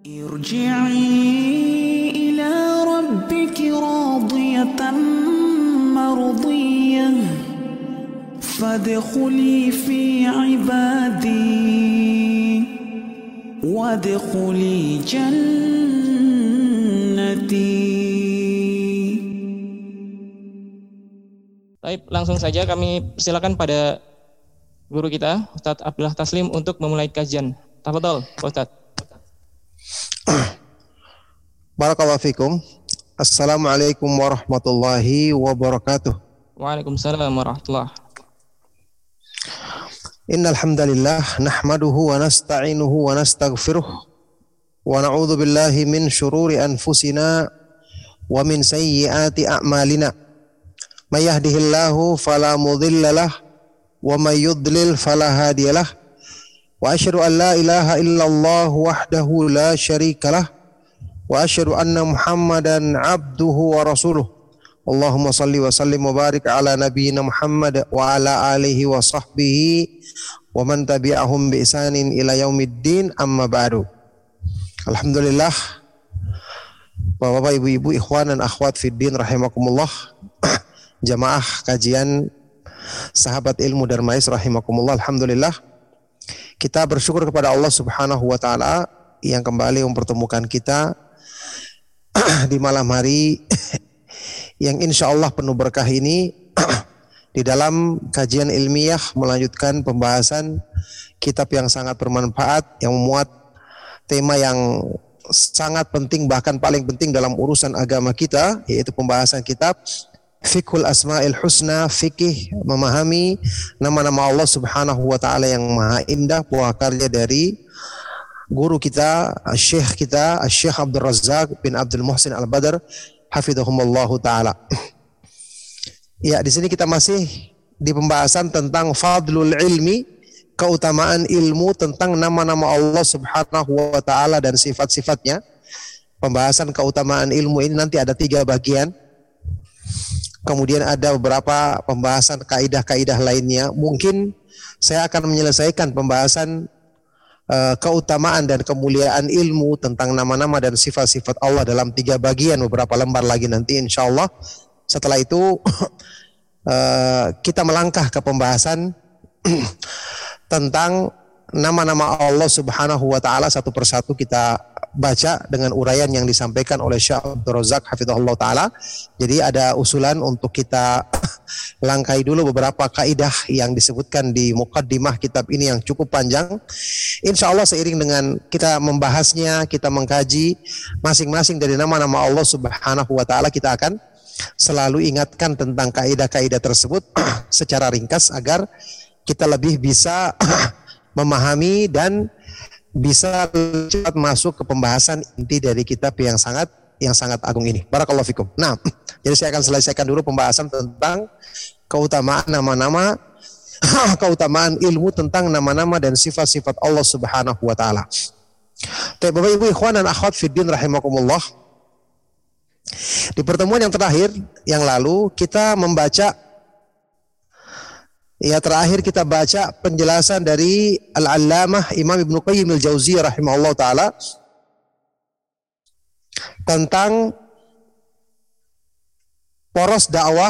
ارجعي إلى ربك راضية مرضية فادخلي في عبادي وادخلي جنتي. Baik, langsung saja kami persilakan pada guru kita, Ustadz Abdullah Taslim, untuk memulai kajian. Tafadhol, Ustadz. Barakallahu fikum. Assalamualaikum warahmatullahi wabarakatuh. Waalaikumsalam warahmatullahi. Innal hamdalillah nahmaduhu wa nasta'inuhu wa nastaghfiruh wa na'udzu billahi min shururi anfusina wa min sayyiati a'malina. May yahdihillahu fala mudhillalah wa may yudlil fala hadiyalah. Wa asyhadu an la ilaha illallah wahdahu la syarikalah wa asyhadu anna Muhammadan abduhu wa rasuluh. Allahumma salli wa sallim wa barik ala nabiyyina Muhammad wa ala alihi wa sahbihi wa man tabi'ahum bi ihsanin ila yaumiddin, amma ba'du. Alhamdulillah, Bapak-bapak, ibu-ibu, ikhwan dan akhwat fiddin rahimakumullah, jamaah kajian sahabat ilmu Darmais rahimakumullah. Alhamdulillah, kita bersyukur kepada Allah Subhanahu wa taala yang kembali mempertemukan kita di malam hari yang insya Allah penuh berkah ini di dalam kajian ilmiah melanjutkan pembahasan kitab yang sangat bermanfaat yang memuat tema yang sangat penting, bahkan paling penting dalam urusan agama kita, yaitu pembahasan kitab Fiqhul Asma'il Husna, fikih memahami nama-nama Allah Subhanahu wa taala yang maha indah, buah karya dari guru kita, Syekh kita, Syekh Abdul Razzaq bin Abdul Muhsin Al-Badr hafidhahumullahu taala. Ya, di sini kita masih di pembahasan tentang fadlul ilmi, keutamaan ilmu, tentang nama-nama Allah Subhanahu wa taala dan sifat-sifatnya. Pembahasan keutamaan ilmu ini nanti ada 3 bagian. Kemudian ada beberapa pembahasan kaidah-kaidah lainnya. Mungkin saya akan menyelesaikan pembahasan keutamaan dan kemuliaan ilmu tentang nama-nama dan sifat-sifat Allah dalam 3 bagian, beberapa lembar lagi nanti insyaallah. Setelah itu kita melangkah ke pembahasan tentang nama-nama Allah Subhanahu wa taala, satu persatu kita baca dengan uraian yang disampaikan oleh Syekh Abdul Razzaq hafizahullah taala. Jadi ada usulan untuk kita langkai dulu beberapa kaidah yang disebutkan di muqaddimah kitab ini yang cukup panjang. Insya Allah seiring dengan kita membahasnya, kita mengkaji masing-masing dari nama-nama Allah Subhanahu wa taala, kita akan selalu ingatkan tentang kaidah-kaidah tersebut secara ringkas agar kita lebih bisa memahami dan bisa cepat masuk ke pembahasan inti dari kitab yang sangat agung ini. Barakallahu fikum. Nah, jadi saya akan selesaikan dulu pembahasan tentang keutamaan nama-nama, keutamaan ilmu tentang nama-nama dan sifat-sifat Allah Subhanahu wa taala. Bapak Ibu, ikhwan dan akhwat fiddin rahimakumullah. Di pertemuan yang terakhir yang lalu kita membaca, ya terakhir kita baca penjelasan dari Al-Allamah Imam Ibnu Qayyim Al-Jauziyah rahimahullah ta'ala tentang poros dakwah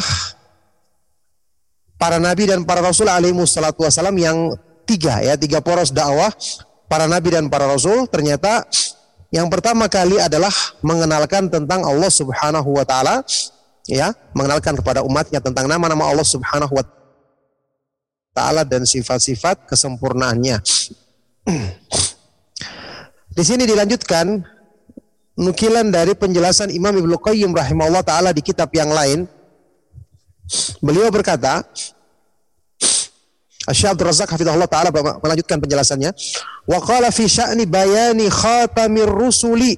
para nabi dan para rasul alaihissalatu wassalam yang 3 poros dakwah para nabi dan para rasul. Ternyata yang pertama kali adalah mengenalkan tentang Allah Subhanahu wa ta'ala, ya, mengenalkan kepada umatnya tentang nama-nama Allah Subhanahu wa ta'ala dan sifat-sifat kesempurnaannya. Di sini dilanjutkan nukilan dari penjelasan Imam Ibnu Qayyim rahimahullah ta'ala di kitab yang lain. Beliau berkata, Syekh Abdul Razzaq hafizahullah ta'ala melanjutkan penjelasannya, wa qala fi sya'ni bayani khatamir rusuli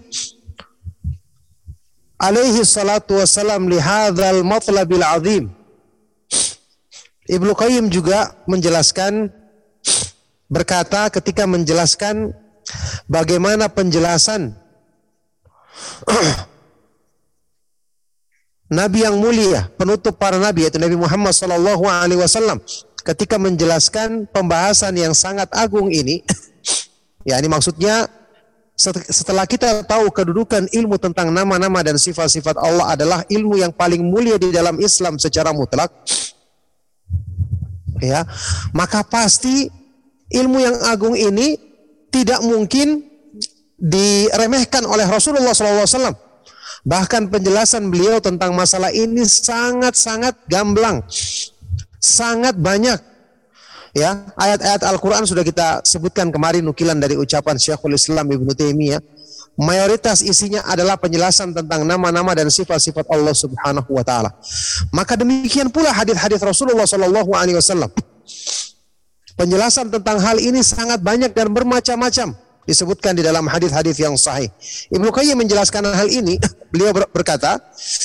alaihi salatu wassalam li hadzal matlabil azim. Ibnu Qayyim juga menjelaskan, berkata ketika menjelaskan bagaimana penjelasan Nabi yang mulia, penutup para nabi, yaitu Nabi Muhammad sallallahu alaihi wasallam, ketika menjelaskan pembahasan yang sangat agung ini, ya ini maksudnya setelah kita tahu kedudukan ilmu tentang nama-nama dan sifat-sifat Allah adalah ilmu yang paling mulia di dalam Islam secara mutlak, ya, maka pasti ilmu yang agung ini tidak mungkin diremehkan oleh Rasulullah SAW. Bahkan penjelasan beliau tentang masalah ini sangat-sangat gamblang, sangat banyak. Ya, ayat-ayat Al-Quran sudah kita sebutkan kemarin, nukilan dari ucapan Syekhul Islam Ibnu Taimiyah. Mayoritas isinya adalah penjelasan tentang nama-nama dan sifat-sifat Allah Subhanahu wa taala. Maka demikian pula hadis-hadis Rasulullah sallallahu alaihi wasallam. Penjelasan tentang hal ini sangat banyak dan bermacam-macam disebutkan di dalam hadis-hadis yang sahih. Ibnu Qayyim menjelaskan hal ini, beliau berkata,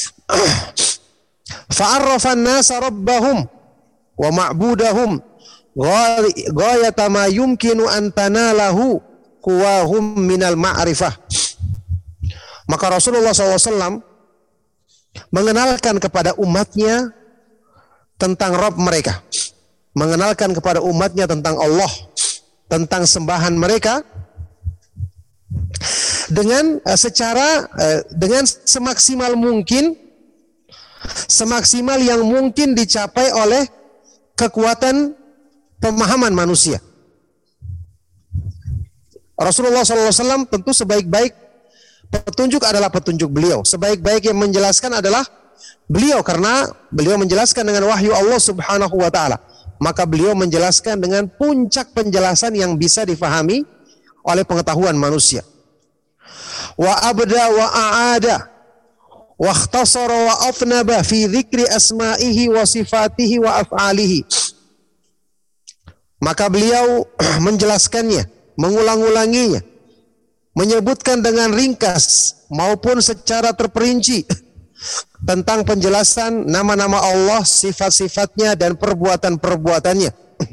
"Fa'arrafan nasa rabbahum wa ma'budahum ghayata ma yumkinu an tanalahu quwahum minal ma'rifah." Maka Rasulullah SAW mengenalkan kepada umatnya tentang Rabb mereka, mengenalkan kepada umatnya tentang Allah, tentang sembahan mereka dengan dengan semaksimal mungkin, semaksimal yang mungkin dicapai oleh kekuatan pemahaman manusia. Rasulullah SAW tentu sebaik-baik petunjuk adalah petunjuk beliau. Sebaik-baik yang menjelaskan adalah beliau, karena beliau menjelaskan dengan wahyu Allah Subhanahu wa taala. Maka beliau menjelaskan dengan puncak penjelasan yang bisa difahami oleh pengetahuan manusia. Wa abda wa aada wa ikhtasara wa afnaba fi dzikri asma'ihi wa sifatihi wa af'alihi. Maka beliau menjelaskannya, mengulang-ulanginya, menyebutkan dengan ringkas maupun secara terperinci tentang penjelasan nama-nama Allah, sifat-sifatnya dan perbuatan-perbuatannya.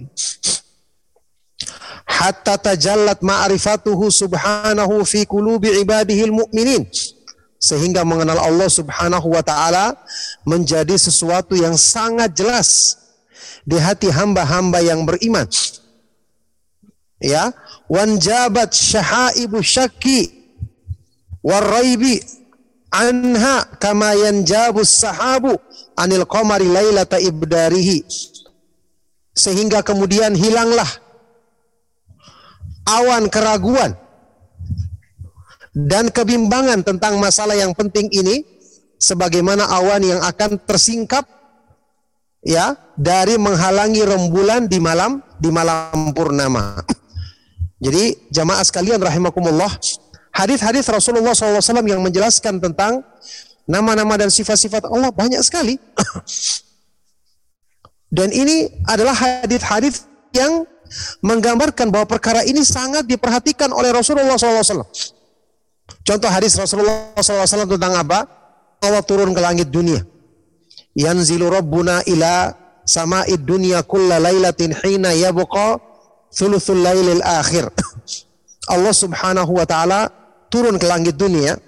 Hatta tajallat ma'rifatuhu subhanahu fi qulubi ibadihil mu'minin, sehingga mengenal Allah Subhanahu wa taala menjadi sesuatu yang sangat jelas di hati hamba-hamba yang beriman. Ya, wanjabat syahaibu syakki warraibi anha kama yanjabus sahabu anil qamari lailata ibdarihi, sehingga kemudian hilanglah awan keraguan dan kebimbangan tentang masalah yang penting ini, sebagaimana awan yang akan tersingkap, ya, dari menghalangi rembulan di malam purnama. Jadi jamaah sekalian rahimakumullah, hadis-hadis Rasulullah SAW yang menjelaskan tentang nama-nama dan sifat-sifat Allah banyak sekali. Dan ini adalah hadis-hadis yang menggambarkan bahwa perkara ini sangat diperhatikan oleh Rasulullah SAW. Contoh hadis Rasulullah SAW tentang apa? Allah turun ke langit dunia. Yanzilu Rabbuna ila sama'id dunya kulla lailatin hina yabqa thuluthul lailil akhir. Allah Subhanahu wa taala turun ke langit dunia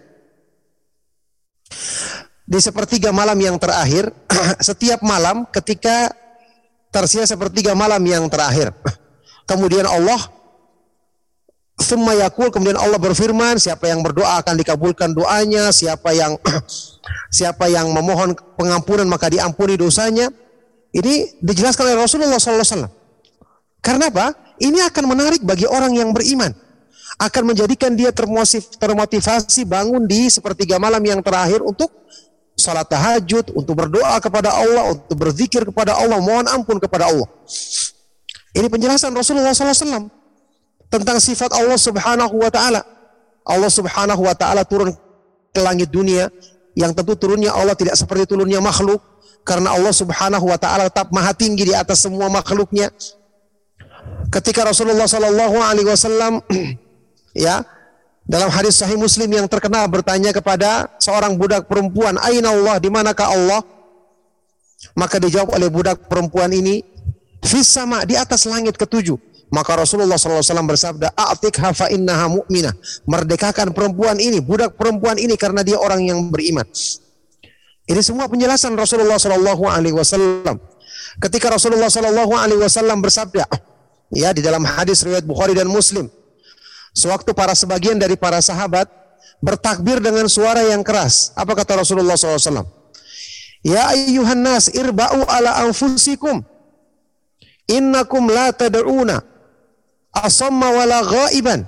di sepertiga malam yang terakhir. Setiap malam ketika tersia sepertiga malam yang terakhir, kemudian Allah thumma yaqul, kemudian Allah berfirman, siapa yang berdoa akan dikabulkan doanya, siapa yang memohon pengampunan maka diampuni dosanya. Ini dijelaskan oleh Rasulullah SAW. Karena apa? Ini akan menarik bagi orang yang beriman, akan menjadikan dia termotivasi bangun di sepertiga malam yang terakhir untuk salat tahajud, untuk berdoa kepada Allah, untuk berzikir kepada Allah, mohon ampun kepada Allah. Ini penjelasan Rasulullah SAW tentang sifat Allah Subhanahu wa taala. Allah Subhanahu wa taala turun ke langit dunia, yang tentu turunnya Allah tidak seperti turunnya makhluk, karena Allah Subhanahu wa taala tetap maha tinggi di atas semua makhluknya. Ketika Rasulullah sallallahu alaihi wasallam ya, dalam hadis sahih Muslim yang terkenal bertanya kepada seorang budak perempuan, "Aina Allah?" Di manakah Allah? Maka dijawab oleh budak perempuan ini, "Fis sama," di atas langit ketujuh. Maka Rasulullah SAW bersabda, "A'tikha fa innaha mu'minah." Merdekakan perempuan ini, budak perempuan ini, karena dia orang yang beriman. Ini semua penjelasan Rasulullah SAW. Ketika Rasulullah SAW bersabda, ya, di dalam hadis riwayat Bukhari dan Muslim, Sewaktu sebagian dari para sahabat bertakbir dengan suara yang keras. Apa kata Rasulullah SAW? Ya ayyuhan nas irba'u ala anfusikum. Innakum la tad'una asamma wala ghaiban.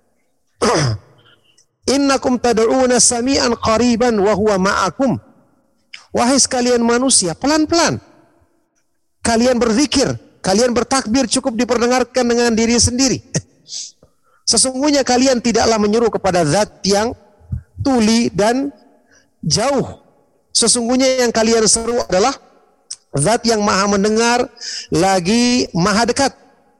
Innakum tad'una sami'an qariban wa huwa ma'akum. Wahai sekalian manusia, pelan-pelan kalian berzikir, kalian bertakbir cukup diperdengarkan dengan diri sendiri. Sesungguhnya kalian tidaklah menyeru kepada zat yang tuli dan jauh. Sesungguhnya yang kalian seru adalah zat yang maha mendengar lagi maha dekat.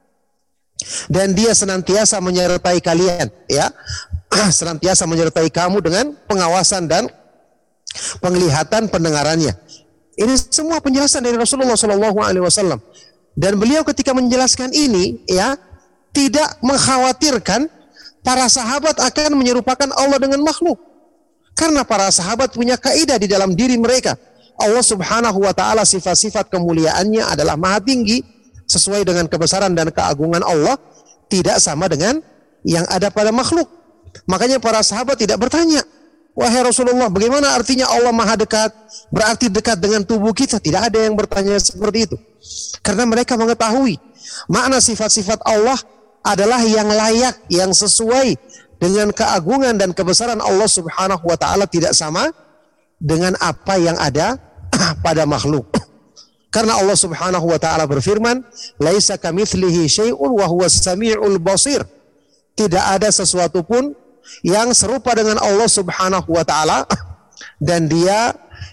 Dan dia senantiasa menyertai kalian, ya. Senantiasa menyertai kamu dengan pengawasan dan penglihatan pendengarannya. Ini semua penjelasan dari Rasulullah SAW. Dan beliau ketika menjelaskan ini, ya, tidak mengkhawatirkan para sahabat akan menyerupakan Allah dengan makhluk. Karena para sahabat punya kaidah di dalam diri mereka. Allah Subhanahu wa taala sifat-sifat kemuliaannya adalah maha tinggi, sesuai dengan kebesaran dan keagungan Allah, tidak sama dengan yang ada pada makhluk. Makanya para sahabat tidak bertanya, wahai Rasulullah, bagaimana artinya Allah maha dekat? Berarti dekat dengan tubuh kita? Tidak ada yang bertanya seperti itu. Karena mereka mengetahui makna sifat-sifat Allah adalah yang layak, yang sesuai dengan keagungan dan kebesaran Allah Subhanahu wa taala, tidak sama dengan apa yang ada pada makhluk. Karena Allah Subhanahu wa taala berfirman, "Laisa kamitslihi syai'un wa huwas samiul basir." Tidak ada sesuatu pun yang serupa dengan Allah Subhanahu wa taala, dan dia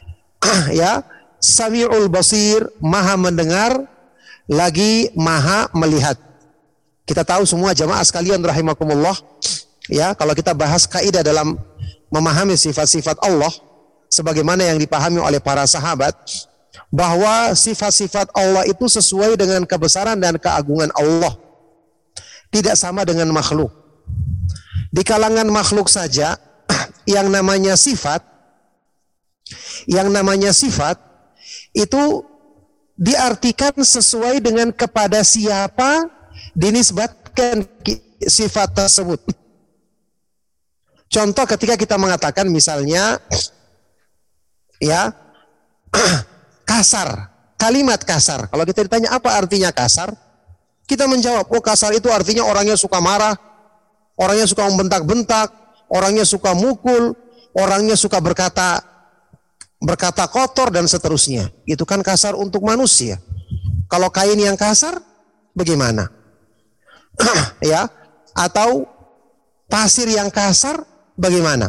ya Samiul Basir, maha mendengar lagi maha melihat. Kita tahu semua jamaah sekalian rahimakumullah, ya, kalau kita bahas kaidah dalam memahami sifat-sifat Allah sebagaimana yang dipahami oleh para sahabat, bahwa sifat-sifat Allah itu sesuai dengan kebesaran dan keagungan Allah, tidak sama dengan makhluk. Di kalangan makhluk saja yang namanya sifat itu diartikan sesuai dengan kepada siapa dinisbatkan sifat tersebut. Contoh ketika kita mengatakan misalnya, ya, kasar, kalimat kasar. Kalau kita ditanya apa artinya kasar, kita menjawab, oh kasar itu artinya orangnya suka marah, orangnya suka membentak-bentak, orangnya suka mukul, orangnya suka berkata kotor dan seterusnya. Itu kan kasar untuk manusia. Kalau kain yang kasar, bagaimana? Ya, atau pasir yang kasar, bagaimana?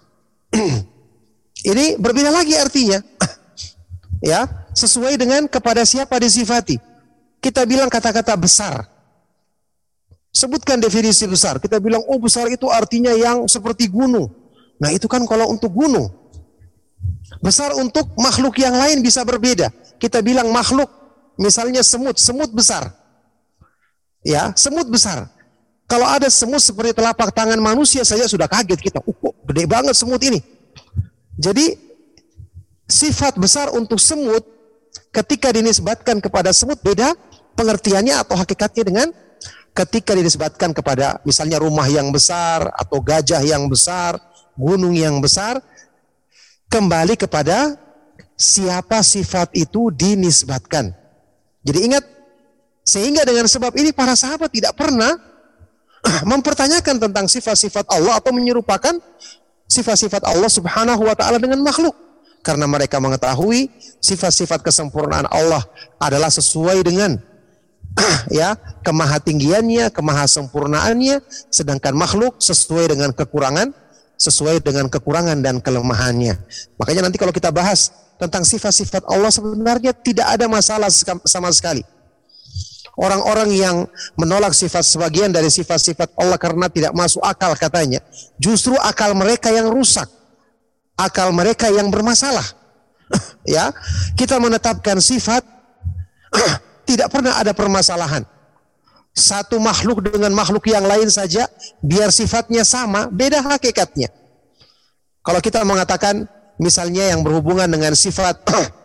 Ini berbeda lagi artinya. Ya, sesuai dengan kepada siapa disifati. Kita bilang kata-kata besar. Sebutkan definisi besar. Kita bilang, oh besar itu artinya yang seperti gunung. Nah itu kan kalau untuk gunung. Besar untuk makhluk yang lain bisa berbeda. Kita bilang makhluk, misalnya semut besar. Ya, semut besar. Kalau ada semut seperti telapak tangan manusia saja sudah kaget kita. Kok gede banget semut ini. Jadi sifat besar untuk semut ketika dinisbatkan kepada semut beda pengertiannya atau hakikatnya dengan ketika dinisbatkan kepada misalnya rumah yang besar atau gajah yang besar, gunung yang besar. Kembali kepada siapa sifat itu dinisbatkan. Jadi ingat, sehingga dengan sebab ini para sahabat tidak pernah mempertanyakan tentang sifat-sifat Allah atau menyerupakan sifat-sifat Allah Subhanahu wa taala dengan makhluk. Karena mereka mengetahui sifat-sifat kesempurnaan Allah adalah sesuai dengan ya kemahatinggiannya, kemahasempurnaannya, sedangkan makhluk sesuai dengan kekurangan dan kelemahannya. Makanya nanti kalau kita bahas tentang sifat-sifat Allah sebenarnya tidak ada masalah sama sekali. Orang-orang yang menolak sebagian dari sifat-sifat Allah karena tidak masuk akal katanya, justru akal mereka yang rusak, akal mereka yang bermasalah. Ya, kita menetapkan sifat tidak pernah ada permasalahan. Satu makhluk dengan makhluk yang lain saja, biar sifatnya sama, beda hakikatnya. Kalau kita mengatakan misalnya yang berhubungan dengan sifat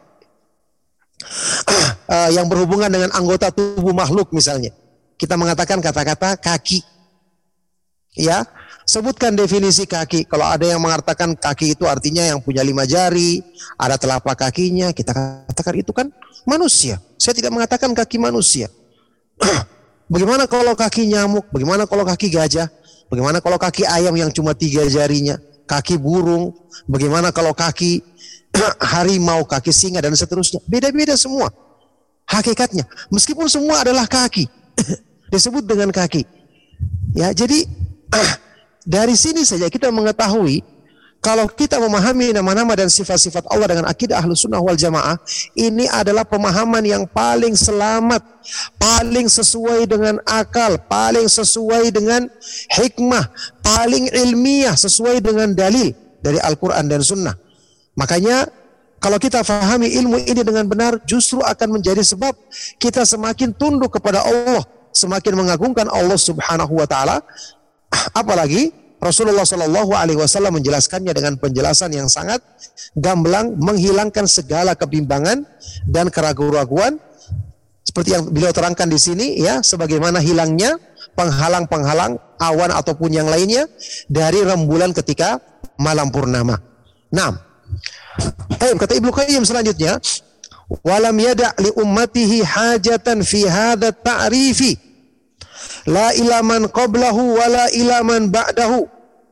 yang berhubungan dengan anggota tubuh makhluk misalnya, kita mengatakan kata-kata kaki. Ya, sebutkan definisi kaki. Kalau ada yang mengatakan kaki itu artinya yang punya 5 jari, ada telapak kakinya, kita katakan itu kan manusia. Saya tidak mengatakan kaki manusia. Bagaimana kalau kaki nyamuk? Bagaimana kalau kaki gajah? Bagaimana kalau kaki ayam yang cuma 3 jarinya? Kaki burung? Bagaimana kalau kaki harimau, kaki singa dan seterusnya? Beda-beda semua hakikatnya. Meskipun semua adalah kaki, disebut dengan kaki. Ya, jadi dari sini saja kita mengetahui kalau kita memahami nama-nama dan sifat-sifat Allah dengan akidah Ahlus Sunnah wal Jamaah, ini adalah pemahaman yang paling selamat, paling sesuai dengan akal, paling sesuai dengan hikmah, paling ilmiah, sesuai dengan dalil dari Al-Quran dan Sunnah. Makanya kalau kita fahami ilmu ini dengan benar, justru akan menjadi sebab kita semakin tunduk kepada Allah, semakin mengagungkan Allah Subhanahu wa taala. Apalagi Rasulullah Shallallahu Alaihi Wasallam menjelaskannya dengan penjelasan yang sangat gamblang, menghilangkan segala kebimbangan dan keraguan-raguan, seperti yang beliau terangkan di sini, ya, sebagaimana hilangnya penghalang-penghalang awan ataupun yang lainnya dari rembulan ketika malam purnama. Nah, kata Ibnu Qayyim selanjutnya, walam yada' li ummatihi hajatan fi hadha ta'rifi la ilaman qablahu wa la ilaman ba'dahu.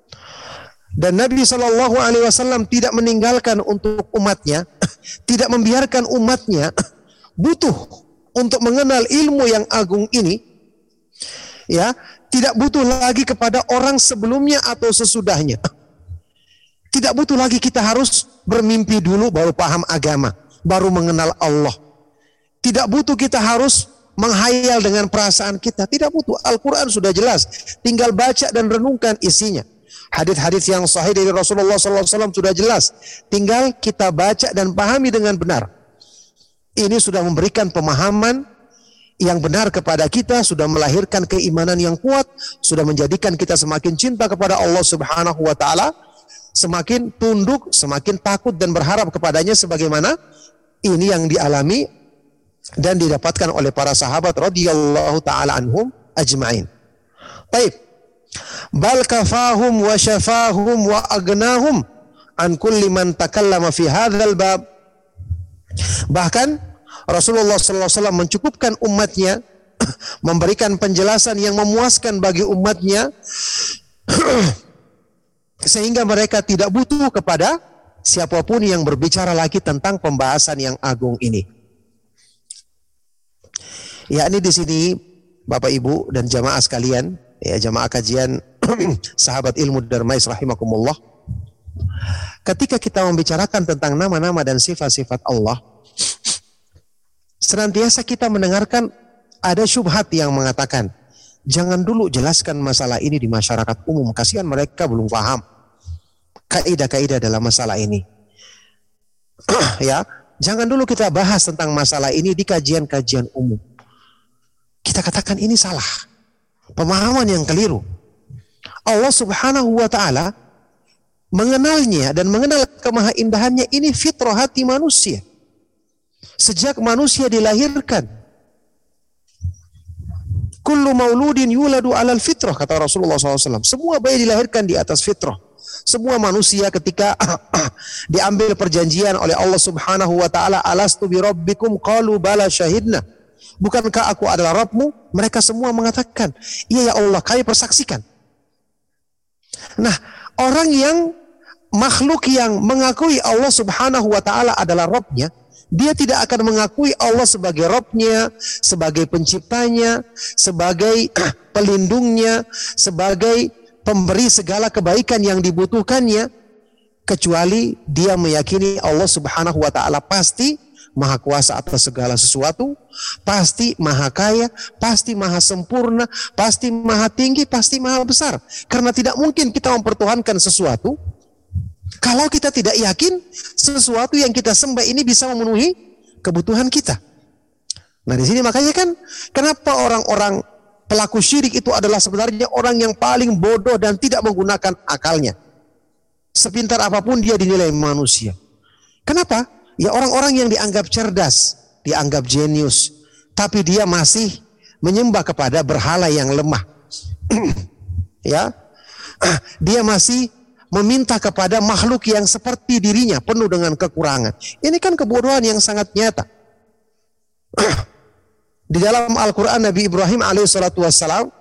Dan Nabi SAW tidak meninggalkan untuk umatnya, tidak membiarkan umatnya butuh untuk mengenal ilmu yang agung ini, ya, tidak butuh lagi kepada orang sebelumnya atau sesudahnya. Tidak butuh lagi kita harus bermimpi dulu baru paham agama, baru mengenal Allah. Tidak butuh kita harus menghayal dengan perasaan kita, tidak butuh. Al-Quran sudah jelas, tinggal baca dan renungkan isinya. Hadis-hadis yang sahih dari Rasulullah SAW sudah jelas, tinggal kita baca dan pahami dengan benar. Ini sudah memberikan pemahaman yang benar kepada kita, sudah melahirkan keimanan yang kuat, sudah menjadikan kita semakin cinta kepada Allah Subhanahu wa taala, semakin tunduk, semakin takut dan berharap kepadanya, sebagaimana ini yang dialami dan didapatkan oleh para sahabat radhiyallahu taala anhum ajma'in. Baik. Bal kafahum wa syafahum wa agnahum an kulli man takallama fi hadzal bab. Bahkan Rasulullah sallallahu alaihi wasallam mencukupkan umatnya, memberikan penjelasan yang memuaskan bagi umatnya sehingga mereka tidak butuh kepada siapapun yang berbicara lagi tentang pembahasan yang agung ini. Ya, ini di sini Bapak Ibu dan jamaah sekalian, ya, jamaah kajian sahabat ilmu Darmais rahimakumullah. Ketika kita membicarakan tentang nama-nama dan sifat-sifat Allah, senantiasa kita mendengarkan ada syubhat yang mengatakan, jangan dulu jelaskan masalah ini di masyarakat umum, kasihan mereka belum paham kaidah-kaidah dalam masalah ini. Ya, jangan dulu kita bahas tentang masalah ini di kajian-kajian umum. Kita katakan ini salah, pemahaman yang keliru. Allah Subhanahu wa taala mengenalnya dan mengenal kemahaindahannya ini fitrah hati manusia. Sejak manusia dilahirkan, kullu mauludin yuladu alal fitrah, kata Rasulullah SAW. Semua bayi dilahirkan di atas fitrah. Semua manusia ketika diambil perjanjian oleh Allah Subhanahu wa taala, alastu bi rabbikum qalu bala syahidna. Bukankah aku adalah Rabbmu? Mereka semua mengatakan, iya ya Allah, kami persaksikan. Nah, orang yang makhluk yang mengakui Allah Subhanahu wa taala adalah Rabbnya, dia tidak akan mengakui Allah sebagai Rabbnya, sebagai penciptanya, sebagai pelindungnya, sebagai pemberi segala kebaikan yang dibutuhkannya, kecuali dia meyakini Allah Subhanahu wa taala pasti Maha kuasa atas segala sesuatu, pasti maha kaya, pasti maha sempurna, pasti maha tinggi, pasti maha besar. Karena tidak mungkin kita mempertuhankan sesuatu kalau kita tidak yakin sesuatu yang kita sembah ini bisa memenuhi kebutuhan kita. Nah, di sini makanya kan kenapa orang-orang pelaku syirik itu adalah sebenarnya orang yang paling bodoh dan tidak menggunakan akalnya. Sepintar apapun dia dinilai manusia. Kenapa? Ya, orang-orang yang dianggap cerdas, dianggap jenius, tapi dia masih menyembah kepada berhala yang lemah. Ya, Dia masih meminta kepada makhluk yang seperti dirinya, penuh dengan kekurangan. Ini kan kebodohan yang sangat nyata. Di dalam Al-Quran, Nabi Ibrahim alaihissalatu wassalam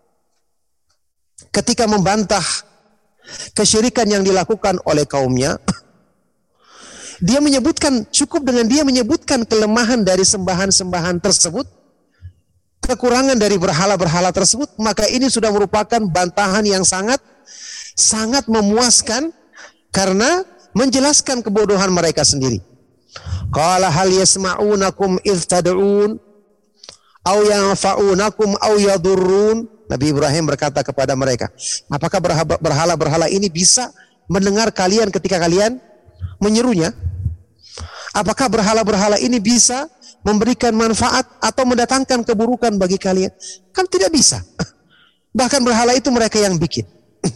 ketika membantah kesyirikan yang dilakukan oleh kaumnya, dia menyebutkan, cukup dengan dia menyebutkan kelemahan dari sembahan-sembahan tersebut, kekurangan dari berhala-berhala tersebut, maka ini sudah merupakan bantahan yang sangat memuaskan karena menjelaskan kebodohan mereka sendiri. Qala hal yasma'unakum idh tad'un aw yanfa'unakum aw yadurrun. Nabi Ibrahim berkata kepada mereka, apakah berhala-berhala ini bisa mendengar kalian ketika kalian menyerunya? Apakah berhala-berhala ini bisa memberikan manfaat atau mendatangkan keburukan bagi kalian? Kan tidak bisa. Bahkan berhala itu mereka yang bikin.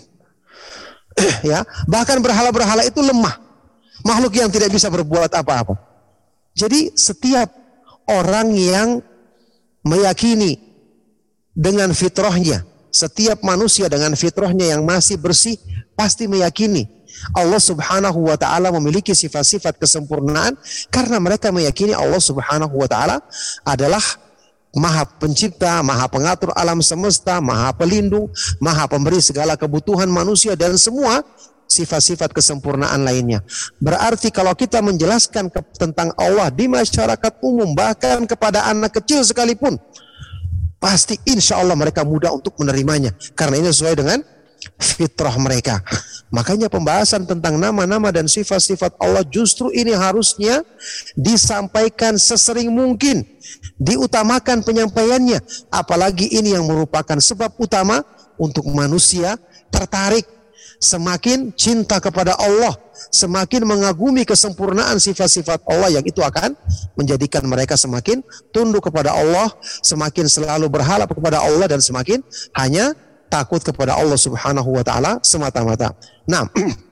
Ya, bahkan berhala-berhala itu lemah. Makhluk yang tidak bisa berbuat apa-apa. Jadi setiap orang yang meyakini dengan fitrahnya, setiap manusia dengan fitrahnya yang masih bersih pasti meyakini Allah Subhanahu wa taala memiliki sifat-sifat kesempurnaan karena mereka meyakini Allah Subhanahu wa taala adalah Maha Pencipta, Maha Pengatur alam semesta, Maha Pelindung, Maha Pemberi segala kebutuhan manusia dan semua sifat-sifat kesempurnaan lainnya. Berarti kalau kita menjelaskan tentang Allah di masyarakat umum, bahkan kepada anak kecil sekalipun, pasti insya Allah mereka mudah untuk menerimanya karena ini sesuai dengan fitrah mereka. Makanya pembahasan tentang nama-nama dan sifat-sifat Allah justru ini harusnya disampaikan sesering mungkin, diutamakan penyampaiannya, apalagi ini yang merupakan sebab utama untuk manusia tertarik, semakin cinta kepada Allah, semakin mengagumi kesempurnaan sifat-sifat Allah yang itu akan menjadikan mereka semakin tunduk kepada Allah, semakin selalu berharap kepada Allah dan semakin hanya takut kepada Allah Subhanahu wa taala semata-mata. Nah,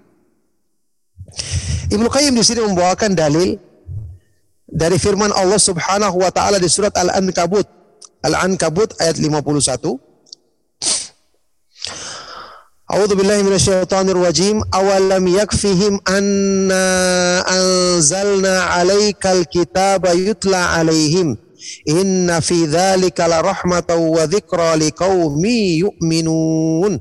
Ibnu Qayyim di sini membawakan dalil dari firman Allah Subhanahu wa taala di surat Al-Ankabut. Al-Ankabut ayat 51. A'udzu billahi minasyaitonir rajim. Awalam yakfihim anna anzalna 'alaikal kitaba yutla 'alaihim inna fi dzalika la rahmatan wa dzikra liqaumi yu'minun.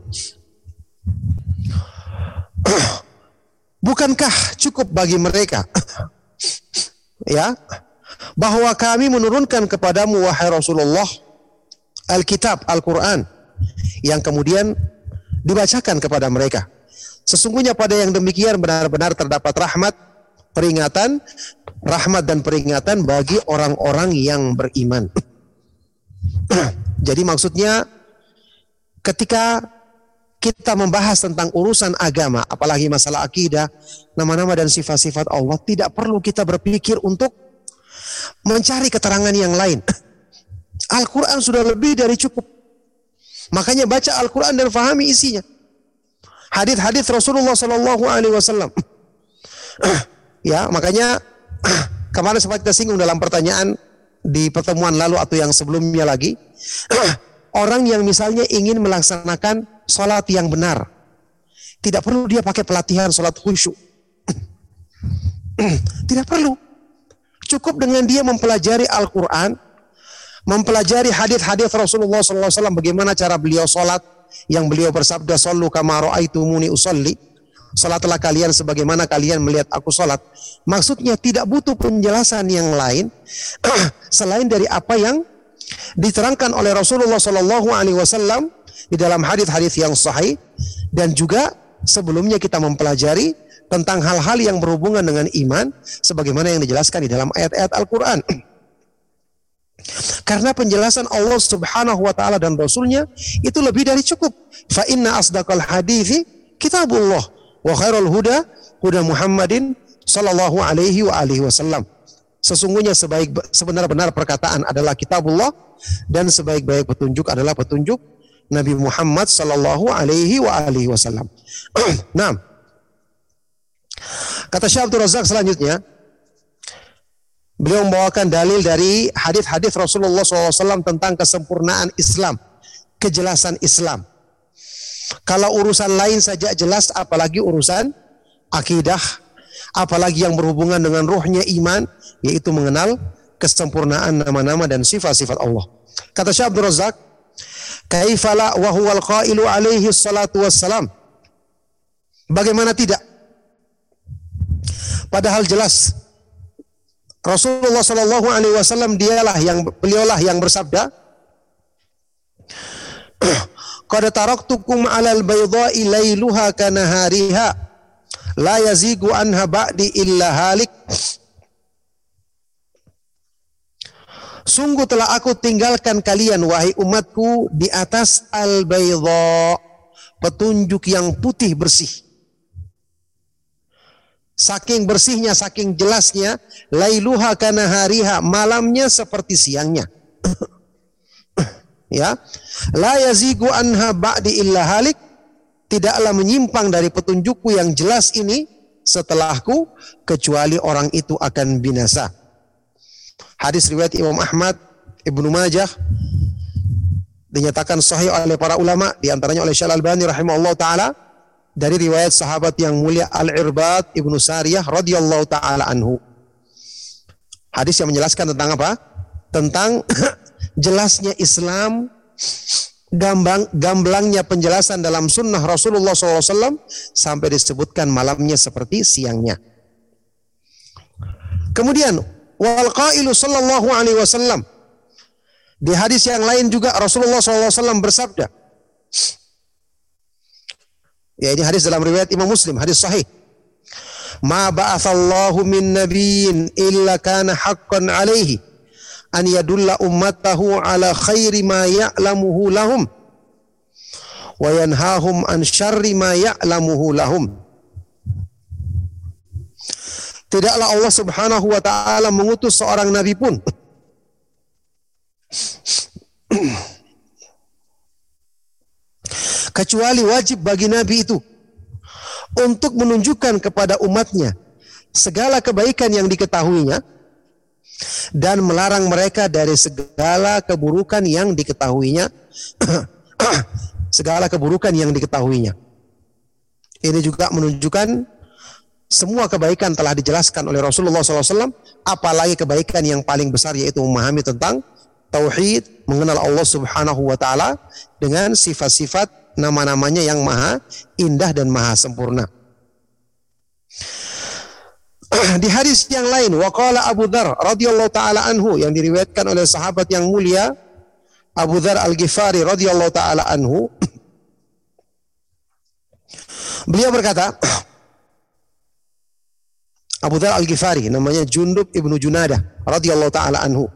Bukankah cukup bagi mereka ya bahwa kami menurunkan kepadamu wahai Rasulullah Alkitab, Al-Quran yang kemudian dibacakan kepada mereka. Sesungguhnya pada yang demikian benar-benar terdapat rahmat dan peringatan bagi orang-orang yang beriman. Jadi maksudnya ketika kita membahas tentang urusan agama, apalagi masalah akidah, nama-nama dan sifat-sifat Allah, tidak perlu kita berpikir untuk mencari keterangan yang lain. Al-Quran sudah lebih dari cukup. Makanya baca Al-Quran dan fahami isinya. Hadits-hadits Rasulullah SAW. Ya, makanya kemarin sempat kita singgung dalam pertanyaan di pertemuan lalu atau yang sebelumnya lagi, orang yang misalnya ingin melaksanakan sholat yang benar, tidak perlu dia pakai pelatihan sholat khusyuk. Tidak perlu. Cukup dengan dia mempelajari Al-Quran, mempelajari hadits-hadits Rasulullah SAW, bagaimana cara beliau sholat, yang beliau bersabda, "Shallu kama ra'aitumuni usolli." Salatlah kalian sebagaimana kalian melihat aku salat. Maksudnya tidak butuh penjelasan yang lain selain dari apa yang diterangkan oleh Rasulullah SAW di dalam hadis-hadis yang sahih, dan juga sebelumnya kita mempelajari tentang hal-hal yang berhubungan dengan iman sebagaimana yang dijelaskan di dalam ayat-ayat Al-Quran. Karena penjelasan Allah Subhanahu wa taala dan Rasulnya itu lebih dari cukup. Fa inna asdaqal hadithi kitabullah wa khairul huda huda Muhammadin sallallahu alaihi wa alihi wasallam. Sesungguhnya sebenar-benar perkataan adalah kitabullah dan sebaik-baik petunjuk adalah petunjuk Nabi Muhammad sallallahu alaihi wa alihi wasallam. Nah, kata Syekh Abdul Razak selanjutnya, beliau membawakan dalil dari hadis-hadis Rasulullah SAW tentang kesempurnaan Islam, kejelasan Islam. Kalau urusan lain saja jelas, apalagi urusan akidah, apalagi yang berhubungan dengan ruhnya iman, yaitu mengenal kesempurnaan nama-nama dan sifat-sifat Allah. Kata Syekh Abdul Razak, kaifala wa huwal qailu alaihi salatu wassalam. Bagaimana tidak? Padahal jelas Rasulullah sallallahu alaihi wasallam beliaulah yang bersabda, qad taraktukum 'alal baydha'i lailuha kanahariha la yazigu anha ba'di illa halik. Sungguh telah aku tinggalkan kalian wahai umatku di atas al-baydha, petunjuk yang putih bersih. Saking bersihnya, saking jelasnya, lailuha kanahariha, malamnya seperti siangnya. Ya, la yazigu anha ba'di illa halik, tidaklah menyimpang dari petunjukku yang jelas ini setelahku kecuali orang itu akan binasa. Hadis riwayat Imam Ahmad, Ibnu Majah, dinyatakan sahih oleh para ulama, di antaranya oleh Syekh Al-Albani rahimahullah taala, dari riwayat sahabat yang mulia Al-Irbad Ibnu Sariyah radhiyallahu taala anhu. Hadis yang menjelaskan tentang apa? Tentang jelasnya Islam, gamblangnya penjelasan dalam sunnah Rasulullah SAW, sampai disebutkan malamnya seperti siangnya. Kemudian wal qailu sallallahu alaihi wasallam, di hadis yang lain juga Rasulullah SAW bersabda, ya ini hadis dalam riwayat Imam Muslim, hadis sahih, ma ba'athallahu min nabiyyin illa kana haqqan alaihi an yadulla ummatahu ala khairi ma ya'lamuhu lahum wa yanhahum an syarri ma ya'lamuhu lahum. Tidaklah Allah Subhanahu wa taala mengutus seorang nabi pun kecuali wajib bagi nabi itu untuk menunjukkan kepada umatnya segala kebaikan yang diketahuinya dan melarang mereka dari segala keburukan yang diketahuinya. Segala keburukan yang diketahuinya. Ini juga menunjukkan semua kebaikan telah dijelaskan oleh Rasulullah SAW, apalagi kebaikan yang paling besar, yaitu memahami tentang tauhid, mengenal Allah Subhanahu wa taala dengan sifat-sifat nama-namanya yang maha indah dan maha sempurna. Di hadis yang lain, waqala Abu Dzar radhiyallahu taala anhu, yang diriwayatkan oleh sahabat yang mulia Abu Dzar Al-Ghifari radhiyallahu taala anhu, beliau berkata, Abu Dzar Al-Ghifari namanya Jundub ibnu Junadah radhiyallahu taala anhu,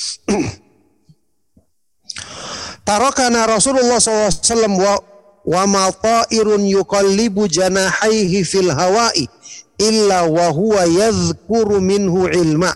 tarakana Rasulullah SAW wa ma ta'irun yuqallibu janahaihi fil hawa'i illa wa huwa yadhkuru minhu ilma.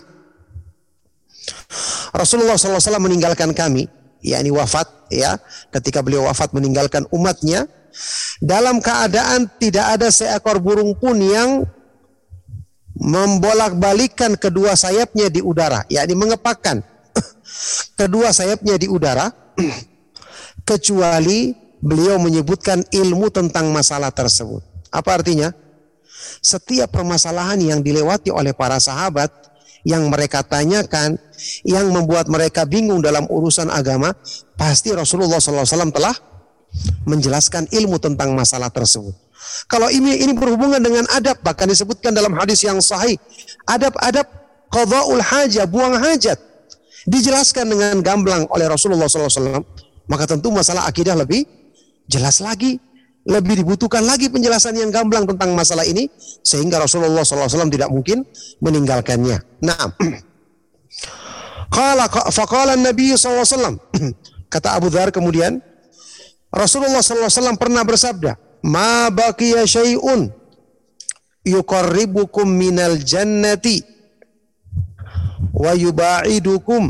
Rasulullah SAW meninggalkan kami, yakni wafat, ya, ketika beliau wafat meninggalkan umatnya, dalam keadaan tidak ada seekor burung pun yang membolak-balikkan kedua sayapnya di udara, yakni mengepakkan kedua sayapnya di udara, kecuali beliau menyebutkan ilmu tentang masalah tersebut. Apa artinya? Setiap permasalahan yang dilewati oleh para sahabat, yang mereka tanyakan, yang membuat mereka bingung dalam urusan agama, pasti Rasulullah SAW telah menjelaskan ilmu tentang masalah tersebut. Kalau ini berhubungan dengan adab, bahkan disebutkan dalam hadis yang sahih, adab-adab qadha'ul hajah, buang hajat, dijelaskan dengan gamblang oleh Rasulullah SAW. Maka tentu masalah akidah lebih jelas lagi, lebih dibutuhkan lagi penjelasan yang gamblang tentang masalah ini, sehingga Rasulullah SAW tidak mungkin meninggalkannya. Nah, faqala Nabi SAW, kata Abu Dzar kemudian, Rasulullah SAW pernah bersabda, ma baqiya syai'un yuqarribukum minal jannati wa yuba'idukum,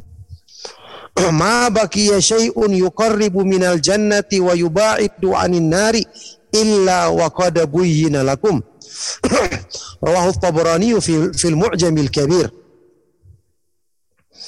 ma baqiya syai'un yuqarribu minal jannati wa yuba'idu 'anin nari illa wa qad buyyina lakum. Rawahu Tabrani fil Mu'jamil Kabir.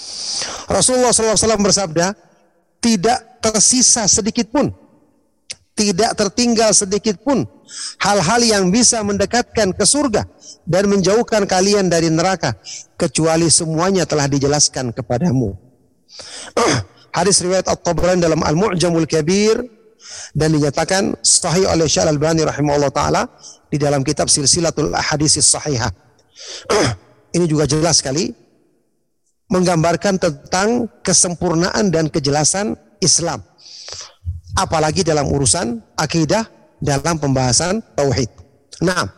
Rasulullah SAW bersabda, tidak tersisa sedikit pun, tidak tertinggal sedikit pun hal-hal yang bisa mendekatkan ke surga dan menjauhkan kalian dari neraka, kecuali semuanya telah dijelaskan kepadamu. Hadis riwayat At-Tabrani dalam Al-Mu'jamul Kabir dan dinyatakan sahih oleh Syekh Al-Albani rahimahullah taala di dalam kitab Silsilatul Ahaditsis Shahihah. Ini juga jelas sekali menggambarkan tentang kesempurnaan dan kejelasan Islam, apalagi dalam urusan akidah, dalam pembahasan tauhid. Nah,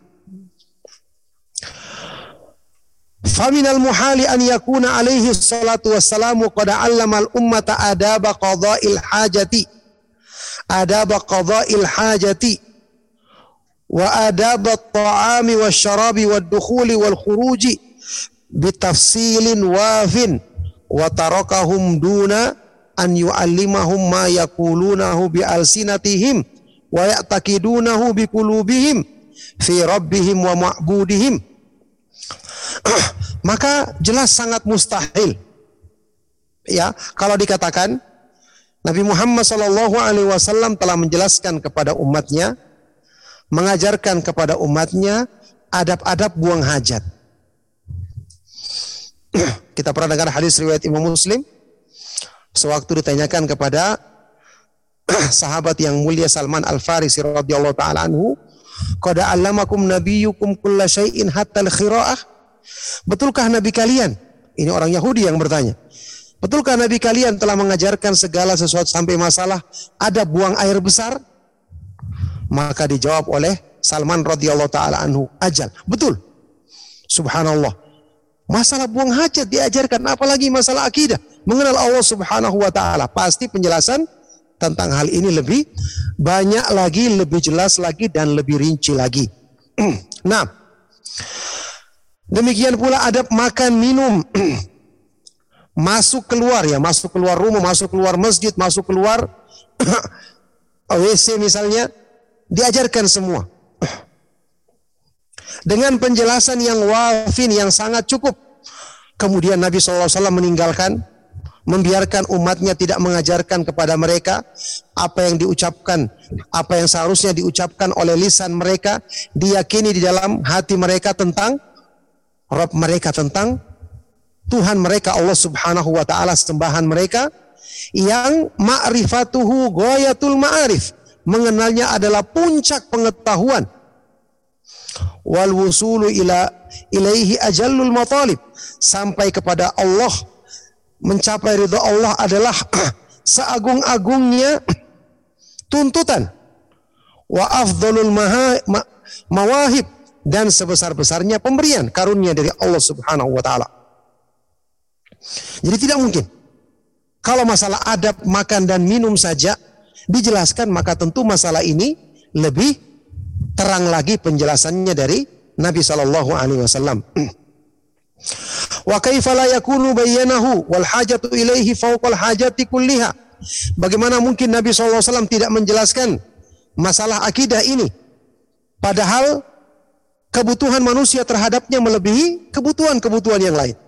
faminal muhali an yakuna alaihi salatu wassalamu qad 'allama al-ummata adaba qada'il hajati wa adaba at-ta'ami wasyarabi wad-dukhuli wal-khuruji bitafsilin wafin wa tarakahum duna an yu'allimahum ma yaqulunahu bi alsinatihim wa ya'taqidunahu bi qulubihim fi rabbihim wa ma'budihim. Maka jelas sangat mustahil ya kalau dikatakan Nabi Muhammad SAW telah menjelaskan kepada umatnya, mengajarkan kepada umatnya adab-adab buang hajat. Kita pernah dengar hadis riwayat Imam Muslim, sewaktu ditanyakan kepada sahabat yang mulia Salman Al-Farisi radhiyallahu taala anhu, qad 'allamakum nabiyyukum kulla syai'in hatta al-khira'ah. Betulkah nabi kalian? Ini orang Yahudi yang bertanya. Betulkah nabi kalian telah mengajarkan segala sesuatu sampai masalah ada buang air besar? Maka dijawab oleh Salman radhiyallahu taala anhu, ajal. Betul. Subhanallah. Masalah buang hajat diajarkan, apalagi masalah akidah, mengenal Allah Subhanahu wa taala. Pasti penjelasan tentang hal ini lebih banyak lagi, lebih jelas lagi dan lebih rinci lagi. Nah, demikian pula adab makan minum. Masuk keluar ya, masuk keluar rumah, masuk keluar masjid, masuk keluar WC misalnya, diajarkan semua. Dengan penjelasan yang wafin, yang sangat cukup. Kemudian Nabi SAW meninggalkan, membiarkan umatnya tidak mengajarkan kepada mereka apa yang diucapkan, apa yang seharusnya diucapkan oleh lisan mereka, diyakini di dalam hati mereka tentang Rabb mereka, tentang Tuhan mereka Allah Subhanahu wa taala, sembahan mereka yang ma'rifatuhu ghayatul ma'arif, mengenalnya adalah puncak pengetahuan. Wal wusulu ilaihi ajallul matalib, sampai kepada Allah, mencapai ridha Allah adalah seagung-agungnya tuntutan. Wa afdalul mawahib, dan sebesar-besarnya pemberian karunia dari Allah Subhanahu wa taala. Jadi tidak mungkin kalau masalah adab makan dan minum saja dijelaskan, maka tentu masalah ini lebih terang lagi penjelasannya dari Nabi sallallahu alaihi wasallam. Wa kaifa la yakunu bayyanahu wal hajatu ilaihi fawqal hajati kulliha. Bagaimana mungkin Nabi sallallahu alaihi wasallam tidak menjelaskan masalah akidah ini, padahal kebutuhan manusia terhadapnya melebihi kebutuhan-kebutuhan yang lain.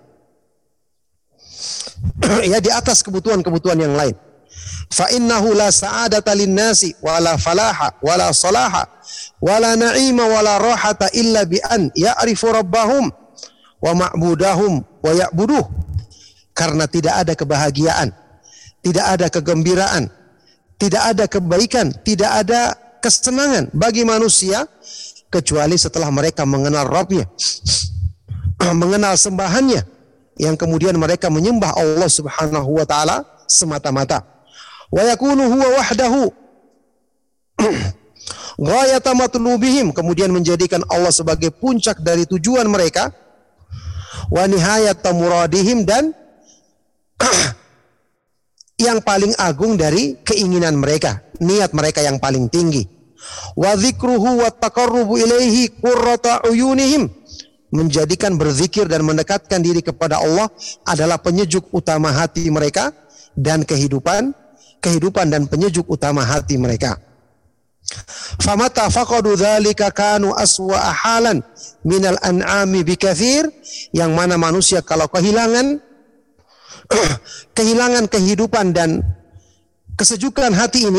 Ya, di atas kebutuhan-kebutuhan yang lain. Fa innahu la sa'adata lin-nasi wala falaha wala salaha wala na'ima wala rahata illa bi an ya'rifu rabbahum wa ma'budahum wa ya'buduh. Karena tidak ada kebahagiaan, tidak ada kegembiraan, tidak ada kebaikan, tidak ada kesenangan bagi manusia kecuali setelah mereka mengenal Rabbnya, mengenal sembahannya, yang kemudian mereka menyembah Allah Subhanahu wa taala semata-mata. Wa yakunu huwa wahdahu ghayata matlubihim, kemudian menjadikan Allah sebagai puncak dari tujuan mereka, wa nihayata muradihim, dan yang paling agung dari keinginan mereka, niat mereka yang paling tinggi. Wa dzikruhu wa taqarrubu ilaihi qurrata uyunihim, menjadikan berzikir dan mendekatkan diri kepada Allah adalah penyejuk utama hati mereka dan kehidupan dan penyejuk utama hati mereka. Famata faqadu dzalika kanu aswa halan minal an'ami bikatsir, yang mana manusia kalau kehilangan kehidupan dan kesejukan hati ini,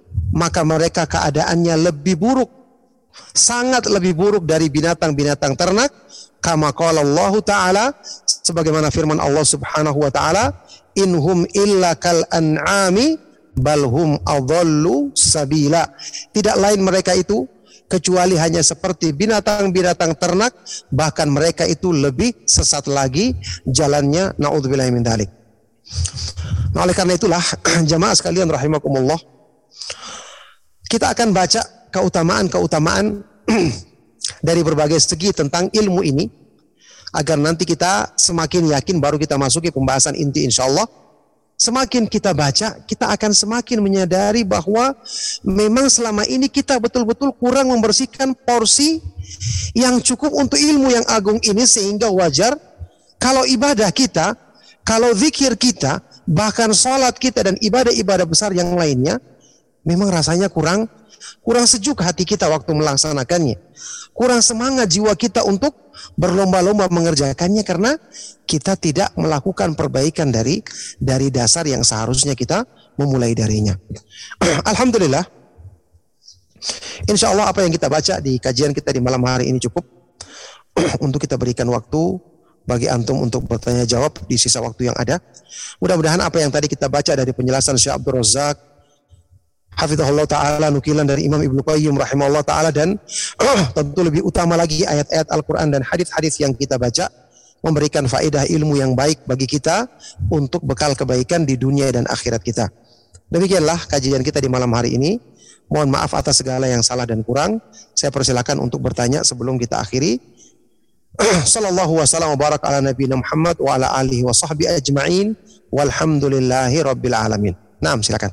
maka mereka keadaannya lebih buruk, sangat lebih buruk dari binatang-binatang ternak. Kama qala Allah Ta'ala, sebagaimana firman Allah Subhanahu wa Ta'ala, inhum illa kal an'ami balhum adallu sabila. Tidak lain mereka itu kecuali hanya seperti binatang-binatang ternak, bahkan mereka itu lebih sesat lagi jalannya. Na'udzubillahi min dzalik. Nah, oleh karena itulah jamaah sekalian rahimakumullah, kita akan baca keutamaan-keutamaan dari berbagai segi tentang ilmu ini, agar nanti kita semakin yakin baru kita masuki pembahasan inti insyaallah. Semakin kita baca, kita akan semakin menyadari bahwa memang selama ini kita betul-betul kurang membersihkan porsi yang cukup untuk ilmu yang agung ini, sehingga wajar kalau ibadah kita, kalau zikir kita, bahkan sholat kita dan ibadah-ibadah besar yang lainnya, memang rasanya kurang sejuk hati kita waktu melaksanakannya. Kurang semangat jiwa kita untuk berlomba-lomba mengerjakannya, karena kita tidak melakukan perbaikan dari dasar yang seharusnya kita memulai darinya. Alhamdulillah, insya Allah apa yang kita baca di kajian kita di malam hari ini cukup untuk kita berikan waktu bagi antum untuk bertanya jawab di sisa waktu yang ada. Mudah-mudahan apa yang tadi kita baca dari penjelasan Syekh Abdul Razak hafizahullah ta'ala, nukilan dari Imam Ibnu Qayyim rahimahullah ta'ala, dan tentu lebih utama lagi ayat-ayat Al-Quran dan hadis-hadis yang kita baca, memberikan faedah ilmu yang baik bagi kita untuk bekal kebaikan di dunia dan akhirat kita. Demikianlah kajian kita di malam hari ini. Mohon maaf atas segala yang salah dan kurang. Saya persilakan untuk bertanya sebelum kita akhiri. Sallallahu wasallam wa barak ala nabiyina Muhammad wa ala alihi wa sahbihi ajma'in walhamdulillahi rabbil alamin. Naam, silakan.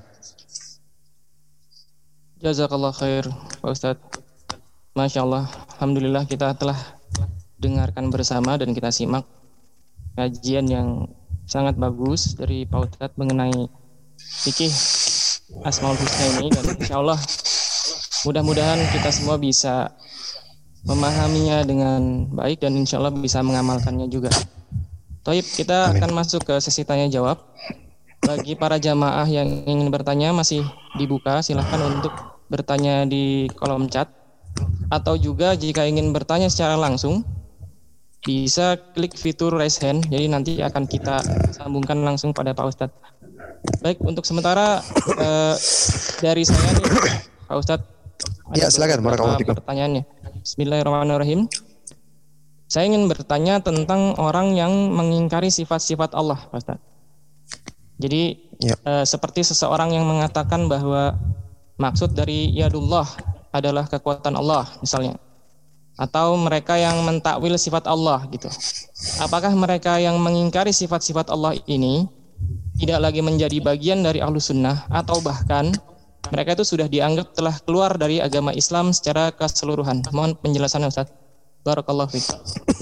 Jazakallah khair Pak Ustadz. Masya Allah, alhamdulillah kita telah dengarkan bersama dan kita simak kajian yang sangat bagus dari Pak Ustadz mengenai fikih Asmaul Husna ini, dan insya Allah mudah-mudahan kita semua bisa memahaminya dengan baik dan insya Allah bisa mengamalkannya juga. Taib, kita akan masuk ke sesi tanya jawab. Bagi para jamaah yang ingin bertanya masih dibuka, silahkan untuk bertanya di kolom chat, atau juga jika ingin bertanya secara langsung bisa klik fitur raise hand, jadi nanti akan kita sambungkan langsung pada Pak Ustadz. Baik, untuk sementara dari saya nih Pak Ustadz, ya silakan, barakallahu fikum. Pertanyaannya, Bismillahirrahmanirrahim. Saya ingin bertanya tentang orang yang mengingkari sifat-sifat Allah, Pak Ustadz. Jadi seperti seseorang yang mengatakan bahwa maksud dari yadullah adalah kekuatan Allah misalnya, atau mereka yang mentakwil sifat Allah gitu. Apakah mereka yang mengingkari sifat-sifat Allah ini tidak lagi menjadi bagian dari Ahlus Sunnah, atau bahkan mereka itu sudah dianggap telah keluar dari agama Islam secara keseluruhan? Mohon penjelasannya Ustaz. Barakallahu fikum.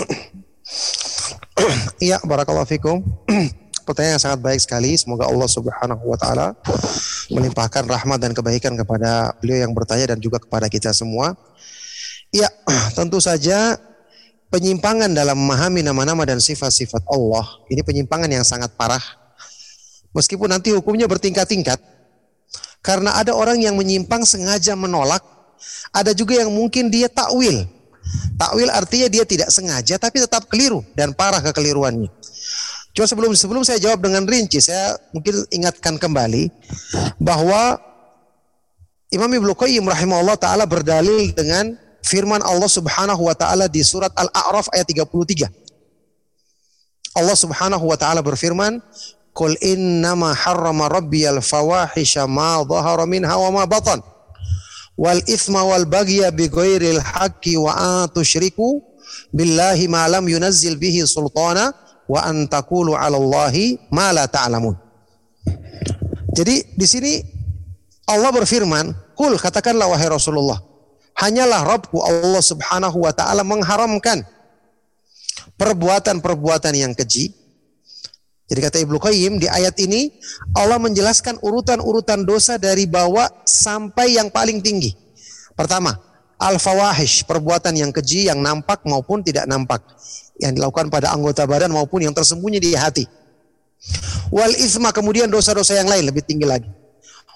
Iya, barakallahu fikum. Pertanyaan yang sangat baik sekali. Semoga Allah Subhanahu wa taala melimpahkan rahmat dan kebaikan kepada beliau yang bertanya dan juga kepada kita semua. Ya, tentu saja penyimpangan dalam memahami nama-nama dan sifat-sifat Allah ini penyimpangan yang sangat parah. Meskipun nanti hukumnya bertingkat-tingkat. Karena ada orang yang menyimpang sengaja menolak, ada juga yang mungkin dia takwil. Takwil artinya dia tidak sengaja tapi tetap keliru dan parah kekeliruannya. Cuma sebelum saya jawab dengan rinci, saya mungkin ingatkan kembali bahwa Imam Ibnu Qayyim rahimahullah ta'ala berdalil dengan firman Allah Subhanahu wa ta'ala di surat Al-A'raf ayat 33. Allah Subhanahu wa ta'ala berfirman, "Qul innama harrama rabbiyal fawahisha ma dhahara minha wa ma batan wal ithma wal baghya bighairil haqqi wa an tusyriku billahi ma lam yunazzil bihi sultana wa an taqulu 'ala Allahi ma la ta'lamun." Jadi di sini Allah berfirman, "Qul," katakanlah wahai Rasulullah, hanyalah Rabbku Allah Subhanahu wa taala mengharamkan perbuatan-perbuatan yang keji. Jadi kata Ibnu Qayyim di ayat ini Allah menjelaskan urutan-urutan dosa dari bawah sampai yang paling tinggi. Pertama, al-fawahish, perbuatan yang keji yang nampak maupun tidak nampak, yang dilakukan pada anggota badan maupun yang tersembunyi di hati. Wal itsma, kemudian dosa-dosa yang lain lebih tinggi lagi.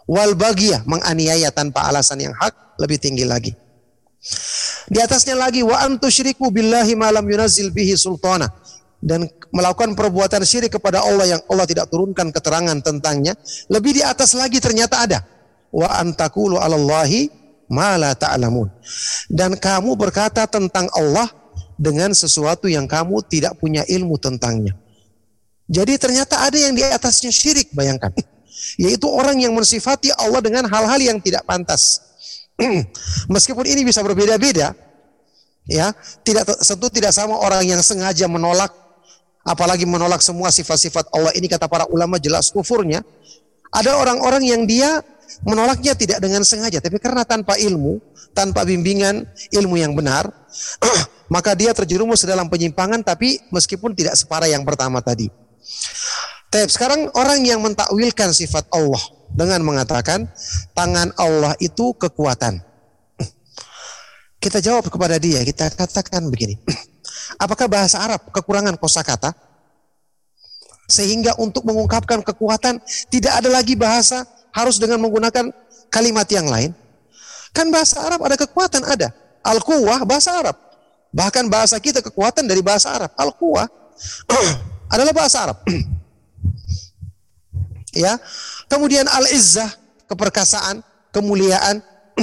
wal baghiyah, menganiaya tanpa alasan yang hak, lebih tinggi lagi. Di atasnya lagi wa antusyriku billahi ma lam yunazzil bihi sultana, dan melakukan perbuatan syirik kepada Allah yang Allah tidak turunkan keterangan tentangnya. Lebih di atas lagi ternyata ada wa antakulu 'alallahi ma la ta'lamun, dan kamu berkata tentang Allah dengan sesuatu yang kamu tidak punya ilmu tentangnya. Jadi ternyata ada yang di atasnya syirik, bayangkan. Yaitu orang yang mensifati Allah dengan hal-hal yang tidak pantas. Meskipun ini bisa berbeda-beda, ya, tentu tidak sama orang yang sengaja menolak, apalagi menolak semua sifat-sifat Allah ini, kata para ulama jelas kufurnya. Ada orang-orang yang dia menolaknya tidak dengan sengaja, tapi karena tanpa ilmu, tanpa bimbingan ilmu yang benar, maka dia terjerumus dalam penyimpangan, tapi meskipun tidak separah yang pertama tadi. Sekarang orang yang mentakwilkan sifat Allah dengan mengatakan tangan Allah itu kekuatan. Kita jawab kepada dia, kita katakan begini. Apakah bahasa Arab kekurangan kosakata? Sehingga untuk mengungkapkan kekuatan tidak ada lagi bahasa harus dengan menggunakan kalimat yang lain. Kan bahasa Arab ada kekuatan, ada. Al-Quwah bahasa Arab. Bahkan bahasa kita kekuatan dari bahasa Arab. Al-Quwah adalah bahasa Arab. Ya. Kemudian al-izzah, keperkasaan, kemuliaan.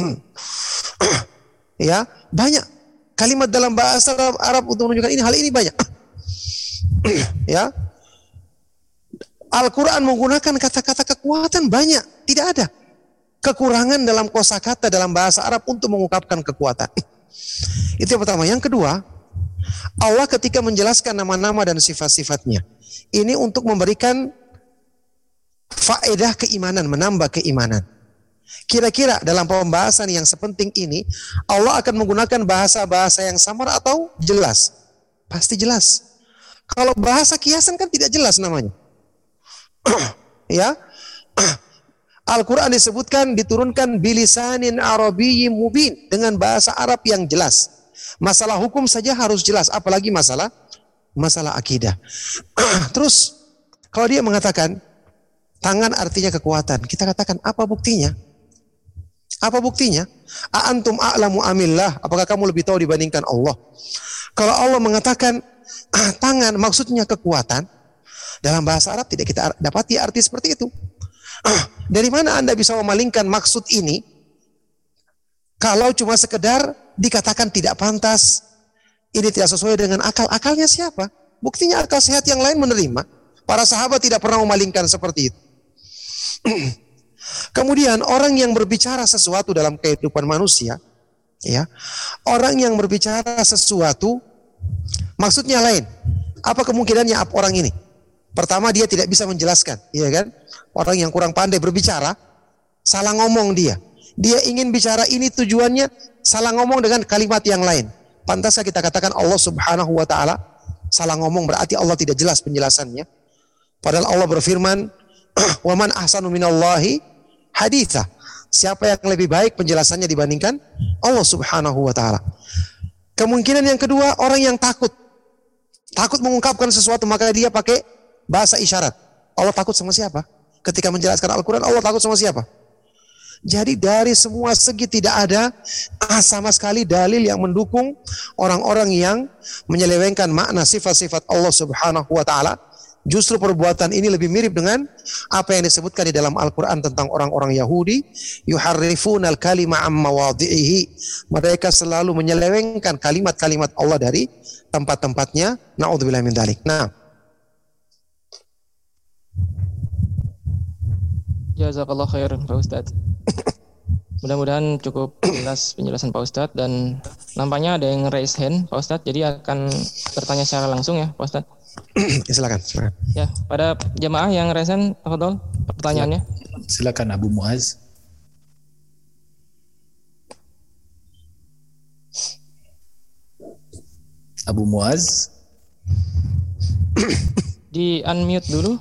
Ya, banyak kalimat dalam bahasa Arab untuk menunjukkan ini, hal ini banyak. Ya. Al-Quran menggunakan kata-kata kekuatan banyak, tidak ada kekurangan dalam kosakata dalam bahasa Arab untuk mengungkapkan kekuatan. Itu yang pertama. Yang kedua, Allah ketika menjelaskan nama-nama dan sifat-sifatnya, ini untuk memberikan faedah keimanan, menambah keimanan. Kira-kira dalam pembahasan yang sepenting ini, Allah akan menggunakan bahasa-bahasa yang samar atau jelas? Pasti jelas. Kalau bahasa kiasan kan tidak jelas namanya. Ya, Al-Quran disebutkan diturunkan bilisanin arabiyyin mubin, dengan bahasa Arab yang jelas. Masalah hukum saja harus jelas, apalagi masalah akidah. Terus kalau dia mengatakan tangan artinya kekuatan, kita katakan apa buktinya? Apa buktinya? A antum a'lamu amillah, apakah kamu lebih tahu dibandingkan Allah? Kalau Allah mengatakan tangan maksudnya kekuatan, dalam bahasa Arab tidak kita dapati arti seperti itu. Dari mana Anda bisa memalingkan maksud ini? Kalau cuma sekedar dikatakan tidak pantas, ini tidak sesuai dengan akal. Akalnya siapa? Buktinya akal sehat yang lain menerima. Para sahabat tidak pernah memalingkan seperti itu. Kemudian orang yang berbicara sesuatu dalam kehidupan manusia, ya, orang yang berbicara sesuatu maksudnya lain. Apa kemungkinannya orang ini? Pertama, dia tidak bisa menjelaskan, ya kan? Orang yang kurang pandai berbicara, salah ngomong dia. Dia ingin bicara ini tujuannya, salah ngomong dengan kalimat yang lain. Pantaskah kita katakan Allah Subhanahu wa taala salah ngomong, berarti Allah tidak jelas penjelasannya? Padahal Allah berfirman, "Wa man ahsanu minallahi haditha." Siapa yang lebih baik penjelasannya dibandingkan Allah Subhanahu wa taala? Kemungkinan yang kedua, orang yang takut mengungkapkan sesuatu, maka dia pakai bahasa isyarat. Allah takut sama siapa? Ketika menjelaskan Al-Quran, Allah takut sama siapa? Jadi dari semua segi tidak ada sama sekali dalil yang mendukung orang-orang yang menyelewengkan makna sifat-sifat Allah Subhanahu wa taala. Justru perbuatan ini lebih mirip dengan apa yang disebutkan di dalam Al-Quran tentang orang-orang Yahudi, yuharrifunal kalima amma mawadhi'ihi. Mereka selalu menyelewengkan kalimat-kalimat Allah dari tempat-tempatnya. Na'udzubillah min dzalik. Nah, jazakallah khair Pak Ustadz. Mudah-mudahan cukup jelas penjelasan Pak Ustadz, dan nampaknya ada yang raise hand Pak Ustadz, jadi akan bertanya secara langsung ya Pak Ustadz. Silakan. Ya, pada jemaah yang raise hand, tafadhol pertanyaannya. Silakan Abu Muaz. Abu Muaz. Di unmute dulu.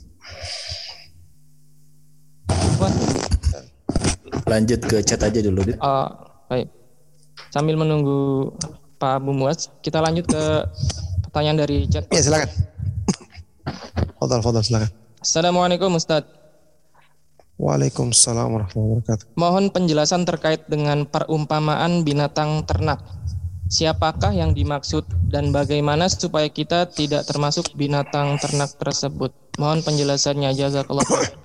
Lanjut ke chat aja dulu. Baik. Sambil menunggu Pak Abu Muaz, kita lanjut ke pertanyaan dari chat. Ya, silakan. Fadhal, silakan. Assalamualaikum Ustaz. Waalaikumsalam warahmatullahi wabarakatuh. Mohon penjelasan terkait dengan perumpamaan binatang ternak. Siapakah yang dimaksud dan bagaimana supaya kita tidak termasuk binatang ternak tersebut? Mohon penjelasannya, jazakallah.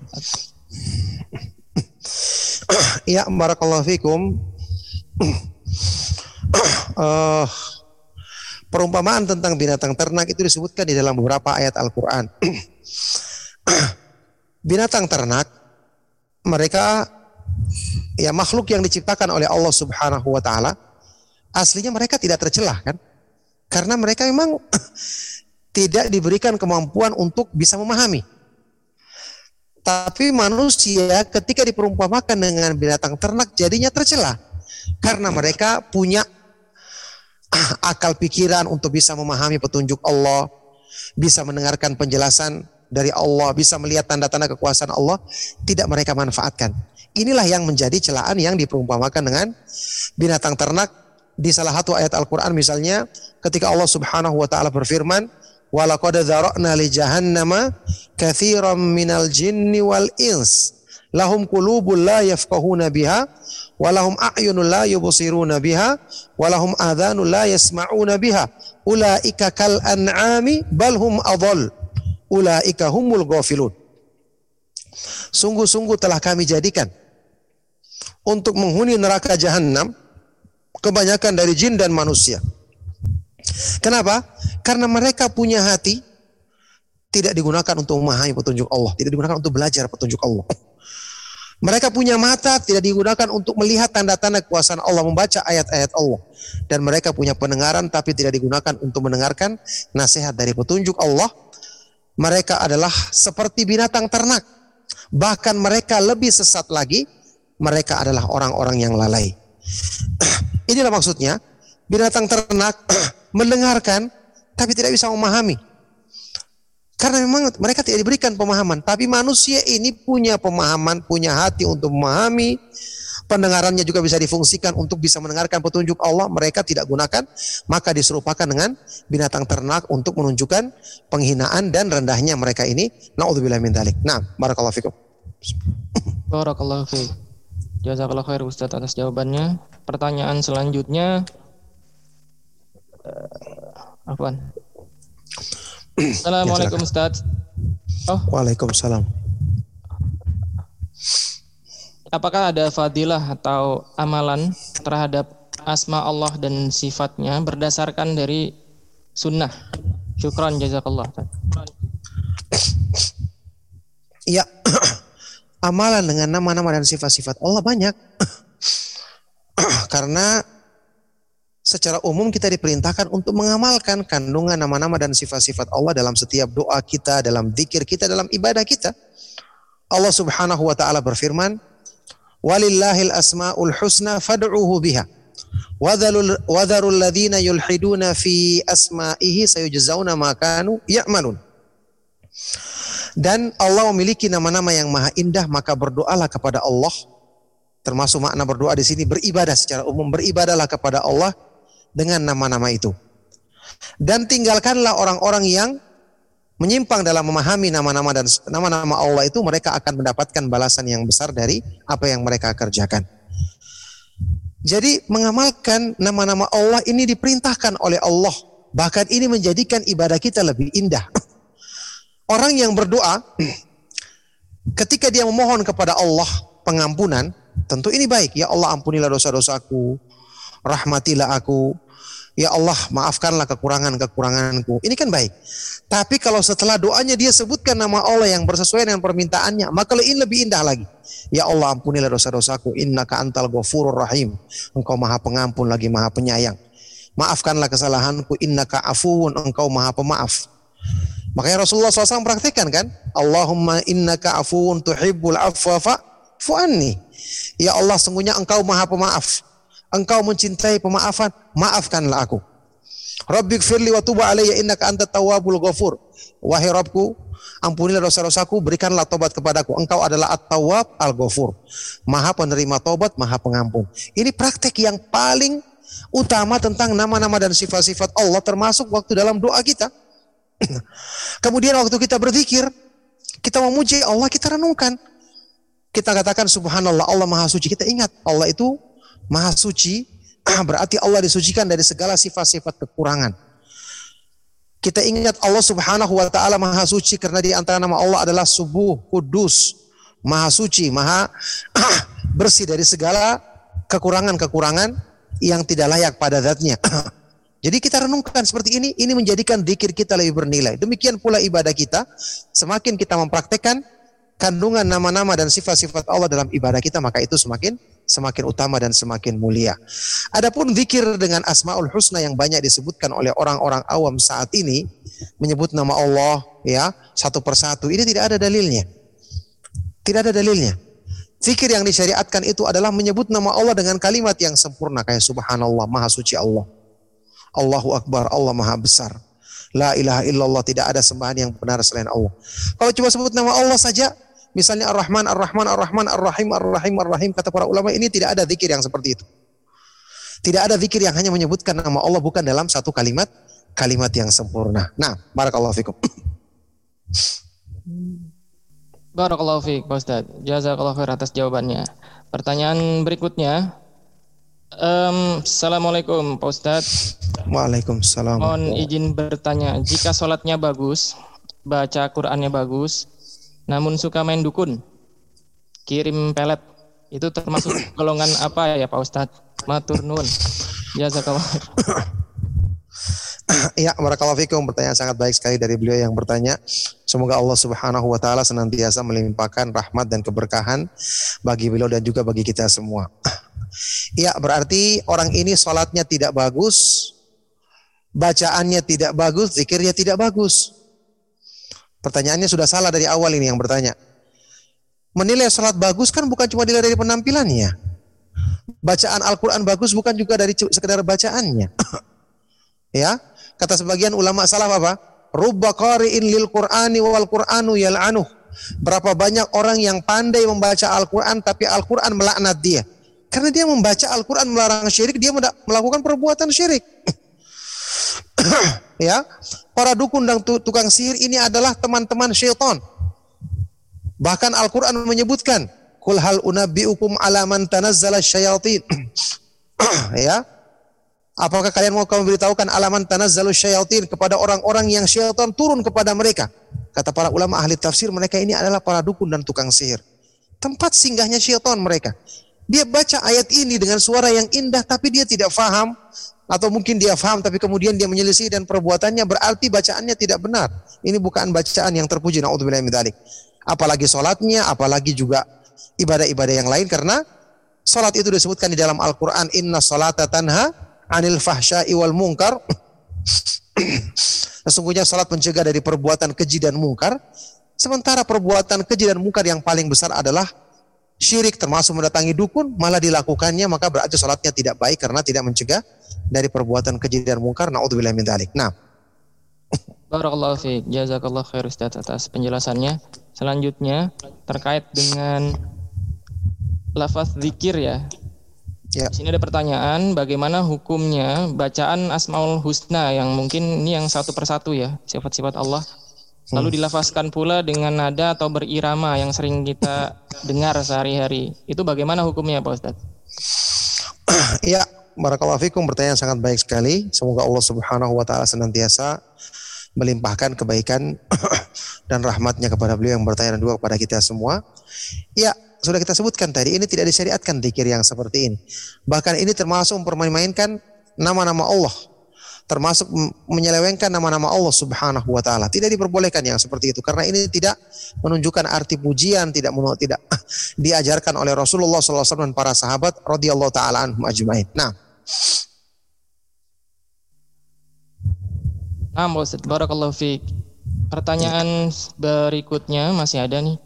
Ya, barakallahu fikum. Perumpamaan tentang binatang ternak itu disebutkan di dalam beberapa ayat Al-Quran. Binatang ternak, mereka ya makhluk yang diciptakan oleh Allah Subhanahu wa taala. Aslinya mereka tidak tercelah kan? Karena mereka memang tidak diberikan kemampuan untuk bisa memahami. Tapi manusia ketika diperumpamakan dengan binatang ternak jadinya tercelah. Karena mereka punya akal pikiran untuk bisa memahami petunjuk Allah, bisa mendengarkan penjelasan dari Allah, bisa melihat tanda-tanda kekuasaan Allah, tidak mereka manfaatkan. Inilah yang menjadi celaan yang diperumpamakan dengan binatang ternak. Di salah satu ayat Al-Quran misalnya ketika Allah Subhanahu wa ta'ala berfirman, وَلَقَدْ ذَرَأْنَا لِجَهَنَّمَ كَثِيرًا مِنَ الْجِنِّ وَالْإِنسِ لَهُمْ قُلُوبٌ لَا يَفْقَهُونَ بِهَا وَلَهُمْ أَعْيُنٌ لَا يُبْصِرُونَ بِهَا وَلَهُمْ آذَانٌ لَا يَسْمَعُونَ بِهَا أُولَئِكَ كَالْأَنْعَامِ بَلْ هُمْ أَضَلُّ أُولَئِكَ هُمُ الْغَافِلُونَ. Sungguh-sungguh telah kami jadikan untuk menghuni neraka jahanam kebanyakan dari jin dan manusia. Kenapa? Karena mereka punya hati tidak digunakan untuk memahami petunjuk Allah, tidak digunakan untuk belajar petunjuk Allah. Mereka punya mata tidak digunakan untuk melihat tanda-tanda kekuasaan Allah, membaca ayat-ayat Allah. Dan mereka punya pendengaran tapi tidak digunakan untuk mendengarkan nasihat dari petunjuk Allah. Mereka adalah seperti binatang ternak. Bahkan mereka lebih sesat lagi, mereka adalah orang-orang yang lalai. Inilah maksudnya, binatang ternak mendengarkan tapi tidak bisa memahami. Karena memang mereka tidak diberikan pemahaman. Tapi manusia ini punya pemahaman, punya hati untuk memahami. Pendengarannya juga bisa difungsikan untuk bisa mendengarkan petunjuk Allah. Mereka tidak gunakan, maka diserupakan dengan binatang ternak untuk menunjukkan penghinaan dan rendahnya mereka ini. Na'udzubillah min dzalik. Nah, barakallahu fikum. Barakallahu fiik. Jazakallahu khair Ustaz atas jawabannya. Pertanyaan selanjutnya, Assalamualaikum Ustaz. Waalaikumsalam. Apakah ada fadilah atau amalan terhadap asma Allah dan sifatnya berdasarkan dari sunnah? Syukran jazakallah. Ya, amalan dengan nama-nama dan sifat-sifat Allah banyak. Karena secara umum kita diperintahkan untuk mengamalkan kandungan nama-nama dan sifat-sifat Allah dalam setiap doa kita, dalam zikir kita, dalam ibadah kita. Allah Subhanahu wa taala berfirman, "Walillahil asmaul husna fad'uuhu biha. Wa dharul ladzina yulhiduna fi asma'ihi sayujzauna ma kanu ya'malun." Dan Allah memiliki nama-nama yang maha indah, maka berdoalah kepada Allah. Termasuk makna berdoa di sini beribadah secara umum, beribadahlah kepada Allah dengan nama-nama itu. Dan tinggalkanlah orang-orang yang menyimpang dalam memahami nama-nama dan nama-nama Allah itu, mereka akan mendapatkan balasan yang besar dari apa yang mereka kerjakan. Jadi mengamalkan nama-nama Allah ini diperintahkan oleh Allah. Bahkan ini menjadikan ibadah kita lebih indah. Orang yang berdoa ketika dia memohon kepada Allah pengampunan, tentu ini baik. Ya Allah, ampunilah dosa-dosaku, rahmatilah aku. Ya Allah, maafkanlah kekurangan-kekuranganku. Ini kan baik. Tapi kalau setelah doanya dia sebutkan nama Allah yang bersesuaian dengan permintaannya, maka ini lebih indah lagi. Ya Allah, ampunilah dosa-dosaku, innaka antal ghafurur rahim. Engkau maha pengampun lagi maha penyayang. Maafkanlah kesalahanku, innaka afuwun, engkau maha pemaaf. Makanya Rasulullah SAW praktikkan kan, Allahumma innaka afuwun tuhibbul afwa fa'fu anni. Ya Allah, sungguhnya engkau maha pemaaf. Engkau mencintai pemaafan, maafkanlah aku. Rabbighfirli wa tub alayya innaka antat tawwabul ghafur. Wahai Rabbku, ampunilah dosa-dosaku, berikanlah tobat kepadaku. Engkau adalah At-Tawwab Al-Ghafur. Maha penerima tobat, maha pengampun. Ini praktek yang paling utama tentang nama-nama dan sifat-sifat Allah, termasuk waktu dalam doa kita. Kemudian waktu kita berzikir, kita memuji Allah, kita renungkan kita katakan subhanallah, Allah maha suci. Kita ingat Allah itu maha suci, berarti Allah disucikan dari segala sifat-sifat kekurangan. Kita ingat Allah subhanahu wa ta'ala maha suci karena di antara nama Allah adalah subuh, kudus, maha suci, maha bersih dari segala kekurangan-kekurangan yang tidak layak pada zatnya. Jadi kita renungkan seperti ini menjadikan dzikir kita lebih bernilai. Demikian pula ibadah kita, semakin kita mempraktekkan kandungan nama-nama dan sifat-sifat Allah dalam ibadah kita, maka itu semakin utama dan semakin mulia. Adapun zikir dengan Asmaul Husna yang banyak disebutkan oleh orang-orang awam saat ini, menyebut nama Allah ya satu persatu, ini tidak ada dalilnya. Tidak ada dalilnya. Zikir yang disyariatkan itu adalah menyebut nama Allah dengan kalimat yang sempurna kayak subhanallah, maha suci Allah. Allahu Akbar, Allah maha besar. La ilaha illallah, tidak ada sembahan yang benar selain Allah. Kalau cuma sebut nama Allah saja, misalnya Ar-Rahman, Ar-Rahman, Ar-Rahman, Ar-Rahim, Ar-Rahim, Ar-Rahim, kata para ulama, ini tidak ada zikir yang seperti itu. Tidak ada zikir yang hanya menyebutkan nama Allah bukan dalam satu kalimat yang sempurna. Nah, barakallahu fikum. Barakallahu fiik, Pak Ustaz. Jazakallahu khair atas jawabannya. Pertanyaan berikutnya. Assalamualaikum, Pak Ustaz. Waalaikumsalam. Mohon izin bertanya, jika sholatnya bagus, baca Qur'annya bagus, namun suka main dukun, kirim pelet, itu termasuk golongan apa ya Pak Ustadz? Matur nuwun. Jazakallah. Ya, barakallahu fikum. Pertanyaan sangat baik sekali dari beliau yang bertanya. Semoga Allah Subhanahu wa taala senantiasa melimpahkan rahmat dan keberkahan bagi beliau dan juga bagi kita semua. Ya, berarti orang ini sholatnya tidak bagus, bacaannya tidak bagus, zikirnya tidak bagus. Pertanyaannya sudah salah dari awal ini yang bertanya. Menilai sholat bagus kan bukan cuma dilihat dari penampilannya. Bacaan Al-Quran bagus bukan juga dari sekedar bacaannya. Ya, kata sebagian ulama salaf apa? Rubba qari'in lil Qur'ani wal Qur'anu yal'anuh. Berapa banyak orang yang pandai membaca Al-Quran tapi Al-Quran melaknat dia. Karena dia membaca Al-Quran melarang syirik, dia melakukan perbuatan syirik. Ya, para dukun dan tukang sihir ini adalah teman-teman syaitan. Bahkan Al-Quran menyebutkan, "Qul hal unabbi'ukum ala man tanazzala syayatin." Ya. Apakah kalian mau kami beritahukan alaman tanazzalu syayatin, kepada orang-orang yang syaitan turun kepada mereka? Kata para ulama ahli tafsir, mereka ini adalah para dukun dan tukang sihir. Tempat singgahnya syaitan mereka. Dia baca ayat ini dengan suara yang indah tapi dia tidak faham, atau mungkin dia faham tapi kemudian dia menyelisih dan perbuatannya berarti bacaannya tidak benar. Ini bukan bacaan yang terpuji, naudzubillahi min dzalik. Apalagi salatnya, apalagi juga ibadah-ibadah yang lain, karena salat itu disebutkan di dalam Al-Qur'an, inna salata tanha 'anil fahsya'i wal munkar. Sesungguhnya salat mencegah dari perbuatan keji dan mungkar, sementara perbuatan keji dan mungkar yang paling besar adalah syirik, termasuk mendatangi dukun, malah dilakukannya, maka berarti salatnya tidak baik karena tidak mencegah dari perbuatan keji dan mungkar. Naudzubillahi min dzalik. Nah, barakallahu fiik. Jazakallahu khair Ustaz atas penjelasannya. Selanjutnya terkait dengan lafaz zikir ya. ya. Di sini ada pertanyaan, bagaimana hukumnya bacaan Asmaul Husna yang mungkin ini yang satu persatu ya, sifat-sifat Allah, lalu dilafazkan pula dengan nada atau berirama yang sering kita dengar sehari-hari. Itu bagaimana hukumnya Pak Ustaz? Ya, barakallahu fikum. Pertanyaan sangat baik sekali. Semoga Allah Subhanahu wa taala senantiasa melimpahkan kebaikan dan rahmatnya kepada beliau yang bertanya dan juga kepada kita semua. Ya, sudah kita sebutkan tadi, ini tidak disyariatkan zikir yang seperti ini. Bahkan ini termasuk mempermainkan nama-nama Allah, termasuk menyelewengkan nama-nama Allah Subhanahu wa taala. Tidak diperbolehkan yang seperti itu karena ini tidak menunjukkan arti pujian, tidak diajarkan oleh Rasulullah SAW dan para sahabat radhiyallahu taala anhum ajmain. Nah, Ustaz, barakallahu fiik. Pertanyaan berikutnya masih ada nih.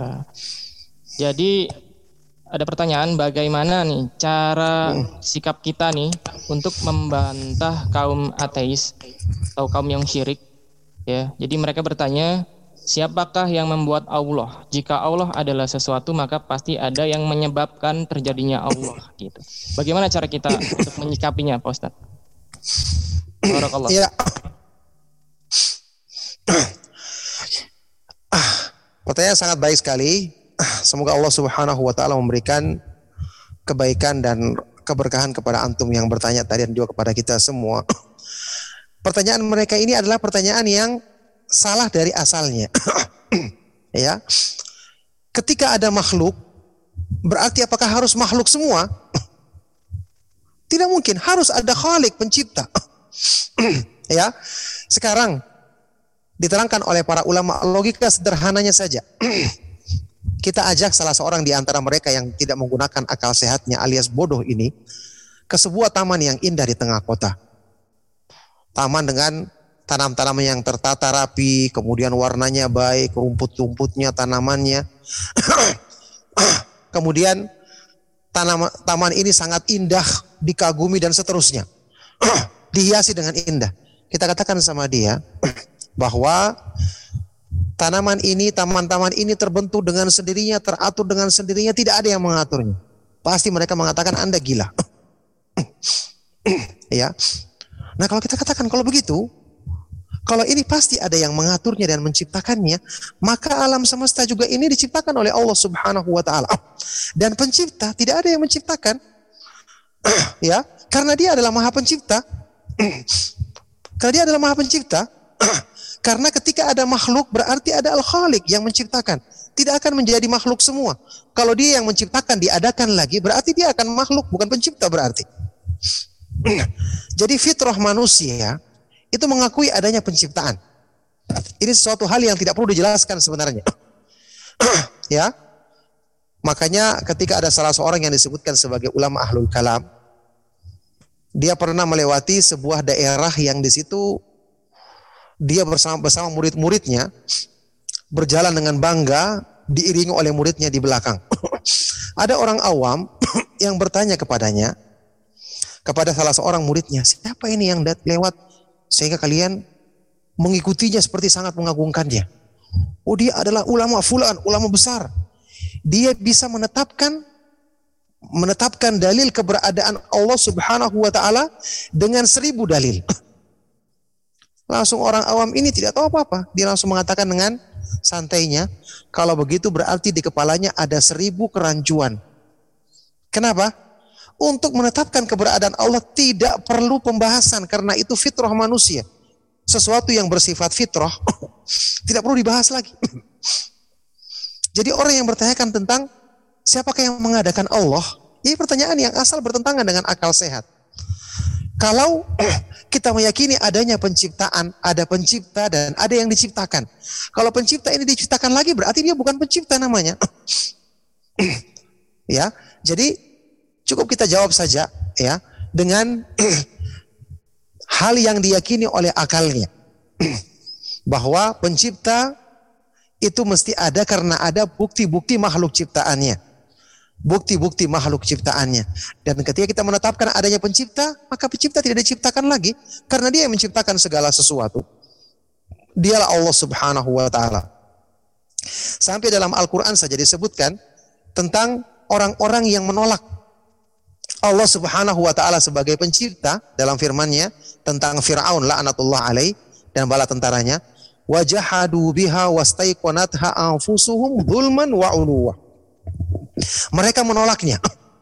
Jadi ada pertanyaan, bagaimana nih cara sikap kita nih untuk membantah kaum ateis atau kaum yang syirik ya. Jadi mereka bertanya, siapakah yang membuat Allah? Jika Allah adalah sesuatu maka pasti ada yang menyebabkan terjadinya Allah gitu. Bagaimana cara kita untuk menyikapinya Pak Ustaz? Barakallah. Ya. Pertanyaan sangat baik sekali. semoga Allah Subhanahu wa taala memberikan kebaikan dan keberkahan kepada antum yang bertanya tadi dan juga kepada kita semua. Pertanyaan mereka ini adalah pertanyaan yang salah dari asalnya. Ya. Ketika ada makhluk, berarti apakah harus makhluk semua? Tidak mungkin, harus ada Khalik, pencipta. Ya. Sekarang diterangkan oleh para ulama, logika sederhananya saja. Kita ajak salah seorang di antara mereka yang tidak menggunakan akal sehatnya alias bodoh ini ke sebuah taman yang indah di tengah kota. Taman dengan tanam-tanaman yang tertata rapi, kemudian warnanya baik, rumput-rumputnya, tanamannya. Kemudian taman ini sangat indah, dikagumi dan seterusnya. Dihiasi dengan indah. Kita katakan sama dia bahwa tanaman ini, taman-taman ini terbentuk dengan sendirinya, teratur dengan sendirinya, tidak ada yang mengaturnya. Pasti mereka mengatakan Anda gila. Ya. Nah, kalau kita katakan kalau begitu, kalau ini pasti ada yang mengaturnya dan menciptakannya, maka alam semesta juga ini diciptakan oleh Allah Subhanahu wa taala. Dan pencipta tidak ada yang menciptakan. Ya, karena dia adalah Maha Pencipta. Karena dia adalah Maha Pencipta. Karena ketika ada makhluk berarti ada Al-Khaliq yang menciptakan. Tidak akan menjadi makhluk semua. Kalau dia yang menciptakan diadakan lagi, berarti dia akan makhluk, bukan pencipta berarti. Jadi fitrah manusia itu mengakui adanya penciptaan. Ini sesuatu hal yang tidak perlu dijelaskan sebenarnya. Ya. Makanya ketika ada salah seorang yang disebutkan sebagai ulama ahlul kalam, dia pernah melewati sebuah daerah yang di situ dia bersama murid-muridnya berjalan dengan bangga diiringi oleh muridnya di belakang. Ada orang awam yang bertanya kepadanya, kepada salah seorang muridnya, siapa ini yang lewat sehingga kalian mengikutinya seperti sangat mengagungkannya? Oh, dia adalah ulama fulan, ulama besar. Dia bisa menetapkan dalil keberadaan Allah Subhanahu wa taala dengan 1000 dalil. Langsung orang awam ini tidak tahu apa-apa. Dia langsung mengatakan dengan santainya, kalau begitu berarti di kepalanya ada 1000 kerancuan. Kenapa? Untuk menetapkan keberadaan Allah tidak perlu pembahasan karena itu fitrah manusia. Sesuatu yang bersifat fitrah tidak perlu dibahas lagi. Jadi orang yang bertanyakan tentang siapakah yang mengadakan Allah, ini pertanyaan yang asal bertentangan dengan akal sehat. Kalau kita meyakini adanya penciptaan, ada pencipta dan ada yang diciptakan. Kalau pencipta ini diciptakan lagi berarti dia bukan pencipta namanya. Ya, jadi cukup kita jawab saja ya dengan hal yang diyakini oleh akalnya. Bahwa pencipta itu mesti ada karena ada bukti-bukti makhluk ciptaannya. Bukti-bukti makhluk ciptaannya. Dan ketika kita menetapkan adanya pencipta, maka pencipta tidak diciptakan lagi karena dia yang menciptakan segala sesuatu. Dialah Allah Subhanahu wa taala. Sampai dalam Al-Qur'an saja disebutkan tentang orang-orang yang menolak Allah Subhanahu wa taala sebagai pencipta dalam firman-Nya tentang Firaun laknatullah alaih dan bala tentaranya, wajahadu biha wastaiqanatha anfusuhum dzulman wa 'uluwa. Mereka menolaknya.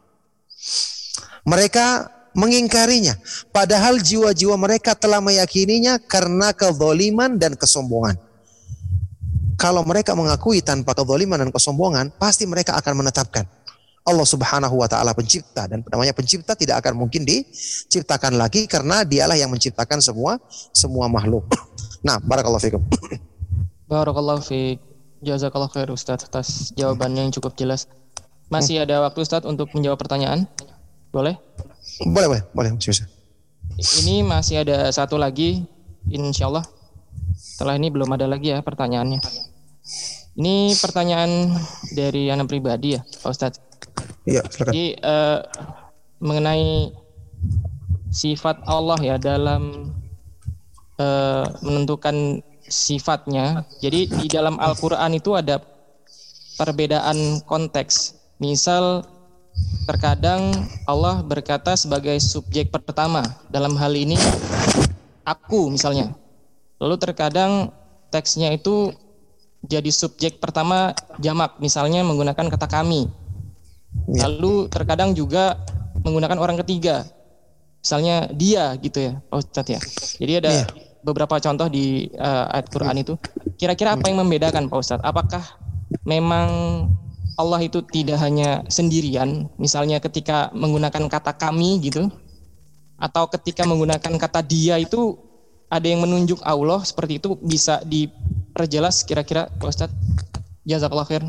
Mereka mengingkarinya padahal jiwa-jiwa mereka telah meyakininya karena kezaliman dan kesombongan. Kalau mereka mengakui tanpa kezaliman dan kesombongan, pasti mereka akan menetapkan Allah Subhanahu wa taala pencipta, dan namanya pencipta tidak akan mungkin diciptakan lagi karena dialah yang menciptakan semua makhluk. Nah, barakallahu fikum. Barakallahu fiik. Jazakallahu khair Ustaz atas jawabannya yang cukup jelas. Masih ada waktu Ustaz untuk menjawab pertanyaan? Boleh? Boleh. Bisa. Ini masih ada satu lagi, insyaallah. Setelah ini belum ada lagi ya pertanyaannya. Ini pertanyaan dari anak pribadi ya, Pak Ustaz. Iya, silakan. Jadi mengenai sifat Allah ya dalam menentukan sifatnya. Jadi di dalam Al-Qur'an itu ada perbedaan konteks. Misal terkadang Allah berkata sebagai subjek pertama, dalam hal ini aku misalnya. Lalu terkadang teksnya itu jadi subjek pertama jamak, misalnya menggunakan kata kami. Ya. Lalu terkadang juga menggunakan orang ketiga, misalnya dia gitu ya Pak Ustadz ya. Jadi ada beberapa contoh di ayat Quran itu. Kira-kira apa yang membedakan Pak Ustadz? Apakah memang Allah itu tidak hanya sendirian, misalnya ketika menggunakan kata kami gitu, atau ketika menggunakan kata dia itu ada yang menunjuk Allah seperti itu, bisa diperjelas kira-kira Pak Ustadz? Jazakallahu khair.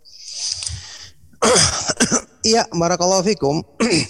Iya, barakallahu fikum.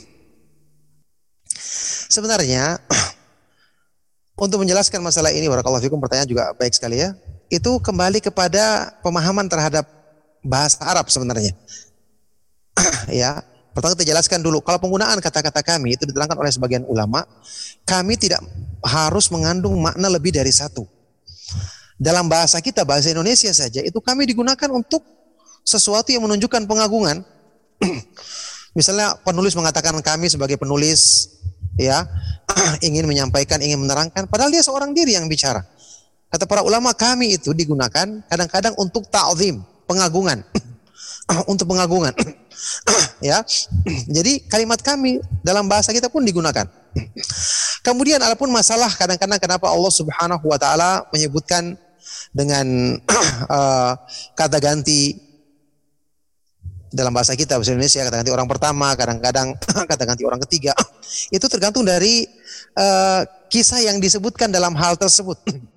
Sebenarnya untuk menjelaskan masalah ini, barakallahu fikum, pertanyaan juga baik sekali ya. Itu kembali kepada pemahaman terhadap bahasa Arab sebenarnya. Ya, pertama kita jelaskan dulu, kalau penggunaan kata-kata kami itu diterangkan oleh sebagian ulama, kami tidak harus mengandung makna lebih dari satu. Dalam bahasa kita, bahasa Indonesia saja, itu kami digunakan untuk sesuatu yang menunjukkan pengagungan. Misalnya penulis mengatakan kami sebagai penulis, ya, ingin menyampaikan, ingin menerangkan, padahal dia seorang diri yang bicara. Kata para ulama, kami itu digunakan kadang-kadang untuk ta'zim, pengagungan. Untuk pengagungan. Ya. Jadi kalimat kami dalam bahasa kita pun digunakan. Kemudian adapun masalah kadang-kadang kenapa Allah Subhanahu wa taala menyebutkan dengan kata ganti dalam bahasa kita, bahasa Indonesia, kata ganti orang pertama, kadang-kadang kata ganti orang ketiga. Itu tergantung dari kisah yang disebutkan dalam hal tersebut.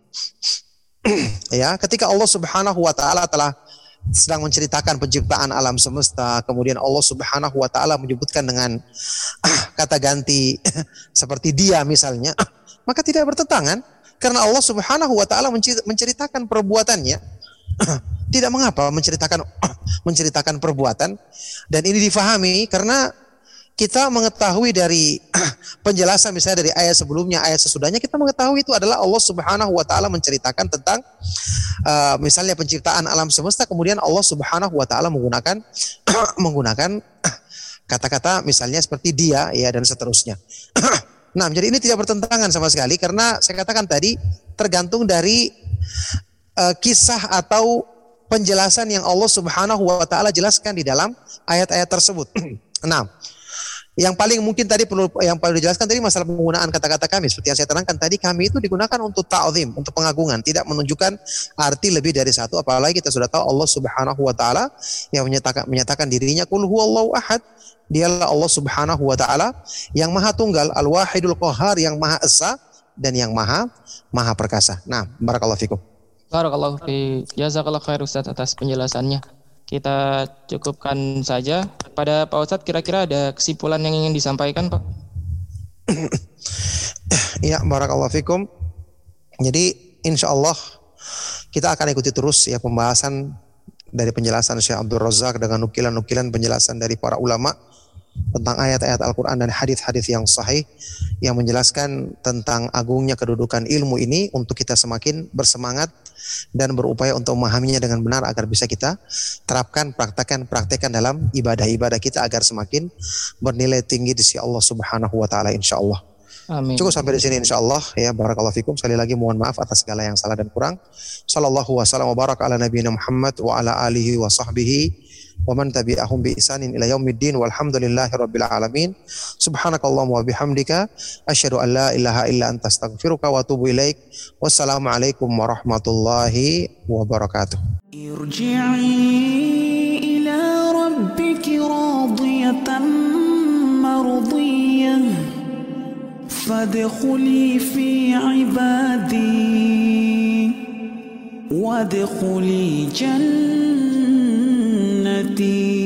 Ya, ketika Allah Subhanahu wa taala telah sedang menceritakan penciptaan alam semesta, kemudian Allah Subhanahu wa taala menyebutkan dengan kata ganti seperti dia misalnya, maka tidak bertentangan karena Allah Subhanahu wa taala menceritakan perbuatannya. Tidak mengapa menceritakan perbuatan, dan ini difahami karena kita mengetahui dari penjelasan misalnya dari ayat sebelumnya, ayat sesudahnya, kita mengetahui itu adalah Allah Subhanahu wa taala menceritakan tentang misalnya penciptaan alam semesta, kemudian Allah Subhanahu wa taala menggunakan kata-kata misalnya seperti dia, ya, dan seterusnya. Nah, jadi ini tidak bertentangan sama sekali karena saya katakan tadi tergantung dari kisah atau penjelasan yang Allah Subhanahu wa taala jelaskan di dalam ayat-ayat tersebut. Nah, yang paling mungkin tadi perlu dijelaskan tadi masalah penggunaan kata-kata kami. Seperti yang saya terangkan tadi, kami itu digunakan untuk ta'zim, untuk pengagungan, tidak menunjukkan arti lebih dari satu. Apalagi kita sudah tahu Allah Subhanahu wa taala yang menyatakan dirinya qul huwallahu ahad. Dialah Allah Subhanahu wa taala yang Maha Tunggal, Al-Wahidul Qahhar, yang Maha Esa dan yang Maha Perkasa. Nah, barakallahu fikum. Barakallahu fi. Jazakallahu khair Ustaz atas penjelasannya. Kita cukupkan saja. Pada Pak Ustadz, kira-kira ada kesimpulan yang ingin disampaikan, Pak? Ya, barakallahu fikum. Jadi insya Allah kita akan ikuti terus ya pembahasan dari penjelasan Syekh Abdul Razak dengan nukilan-nukilan penjelasan dari para ulama tentang ayat-ayat Al-Quran dan hadis-hadis yang sahih yang menjelaskan tentang agungnya kedudukan ilmu ini untuk kita semakin bersemangat dan berupaya untuk memahaminya dengan benar agar bisa kita terapkan, praktekkan dalam ibadah-ibadah kita agar semakin bernilai tinggi di sisi Allah Subhanahu wa taala insyaallah. Amin. Cukup sampai di sini insyaallah ya. Barakallahu fikum. Sekali lagi mohon maaf atas segala yang salah dan kurang. Sallallahu wasallam wa baraka ala nabiyina Muhammad wa ala alihi wa sahbihi wa man tabi'ahum bi ihsanin ila yaumiddin walhamdulillahi rabbil alamin. Subhanakallahumma wa bihamdika asyhadu an la ilaha illa anta astaghfiruka wa atubu ilaik. Wassalamu alaikum warahmatullahi wabarakatuh. Irji'i ila rabbiki radiyatan mardiyah fadkhuli fi ibadi wadkhuli jannati.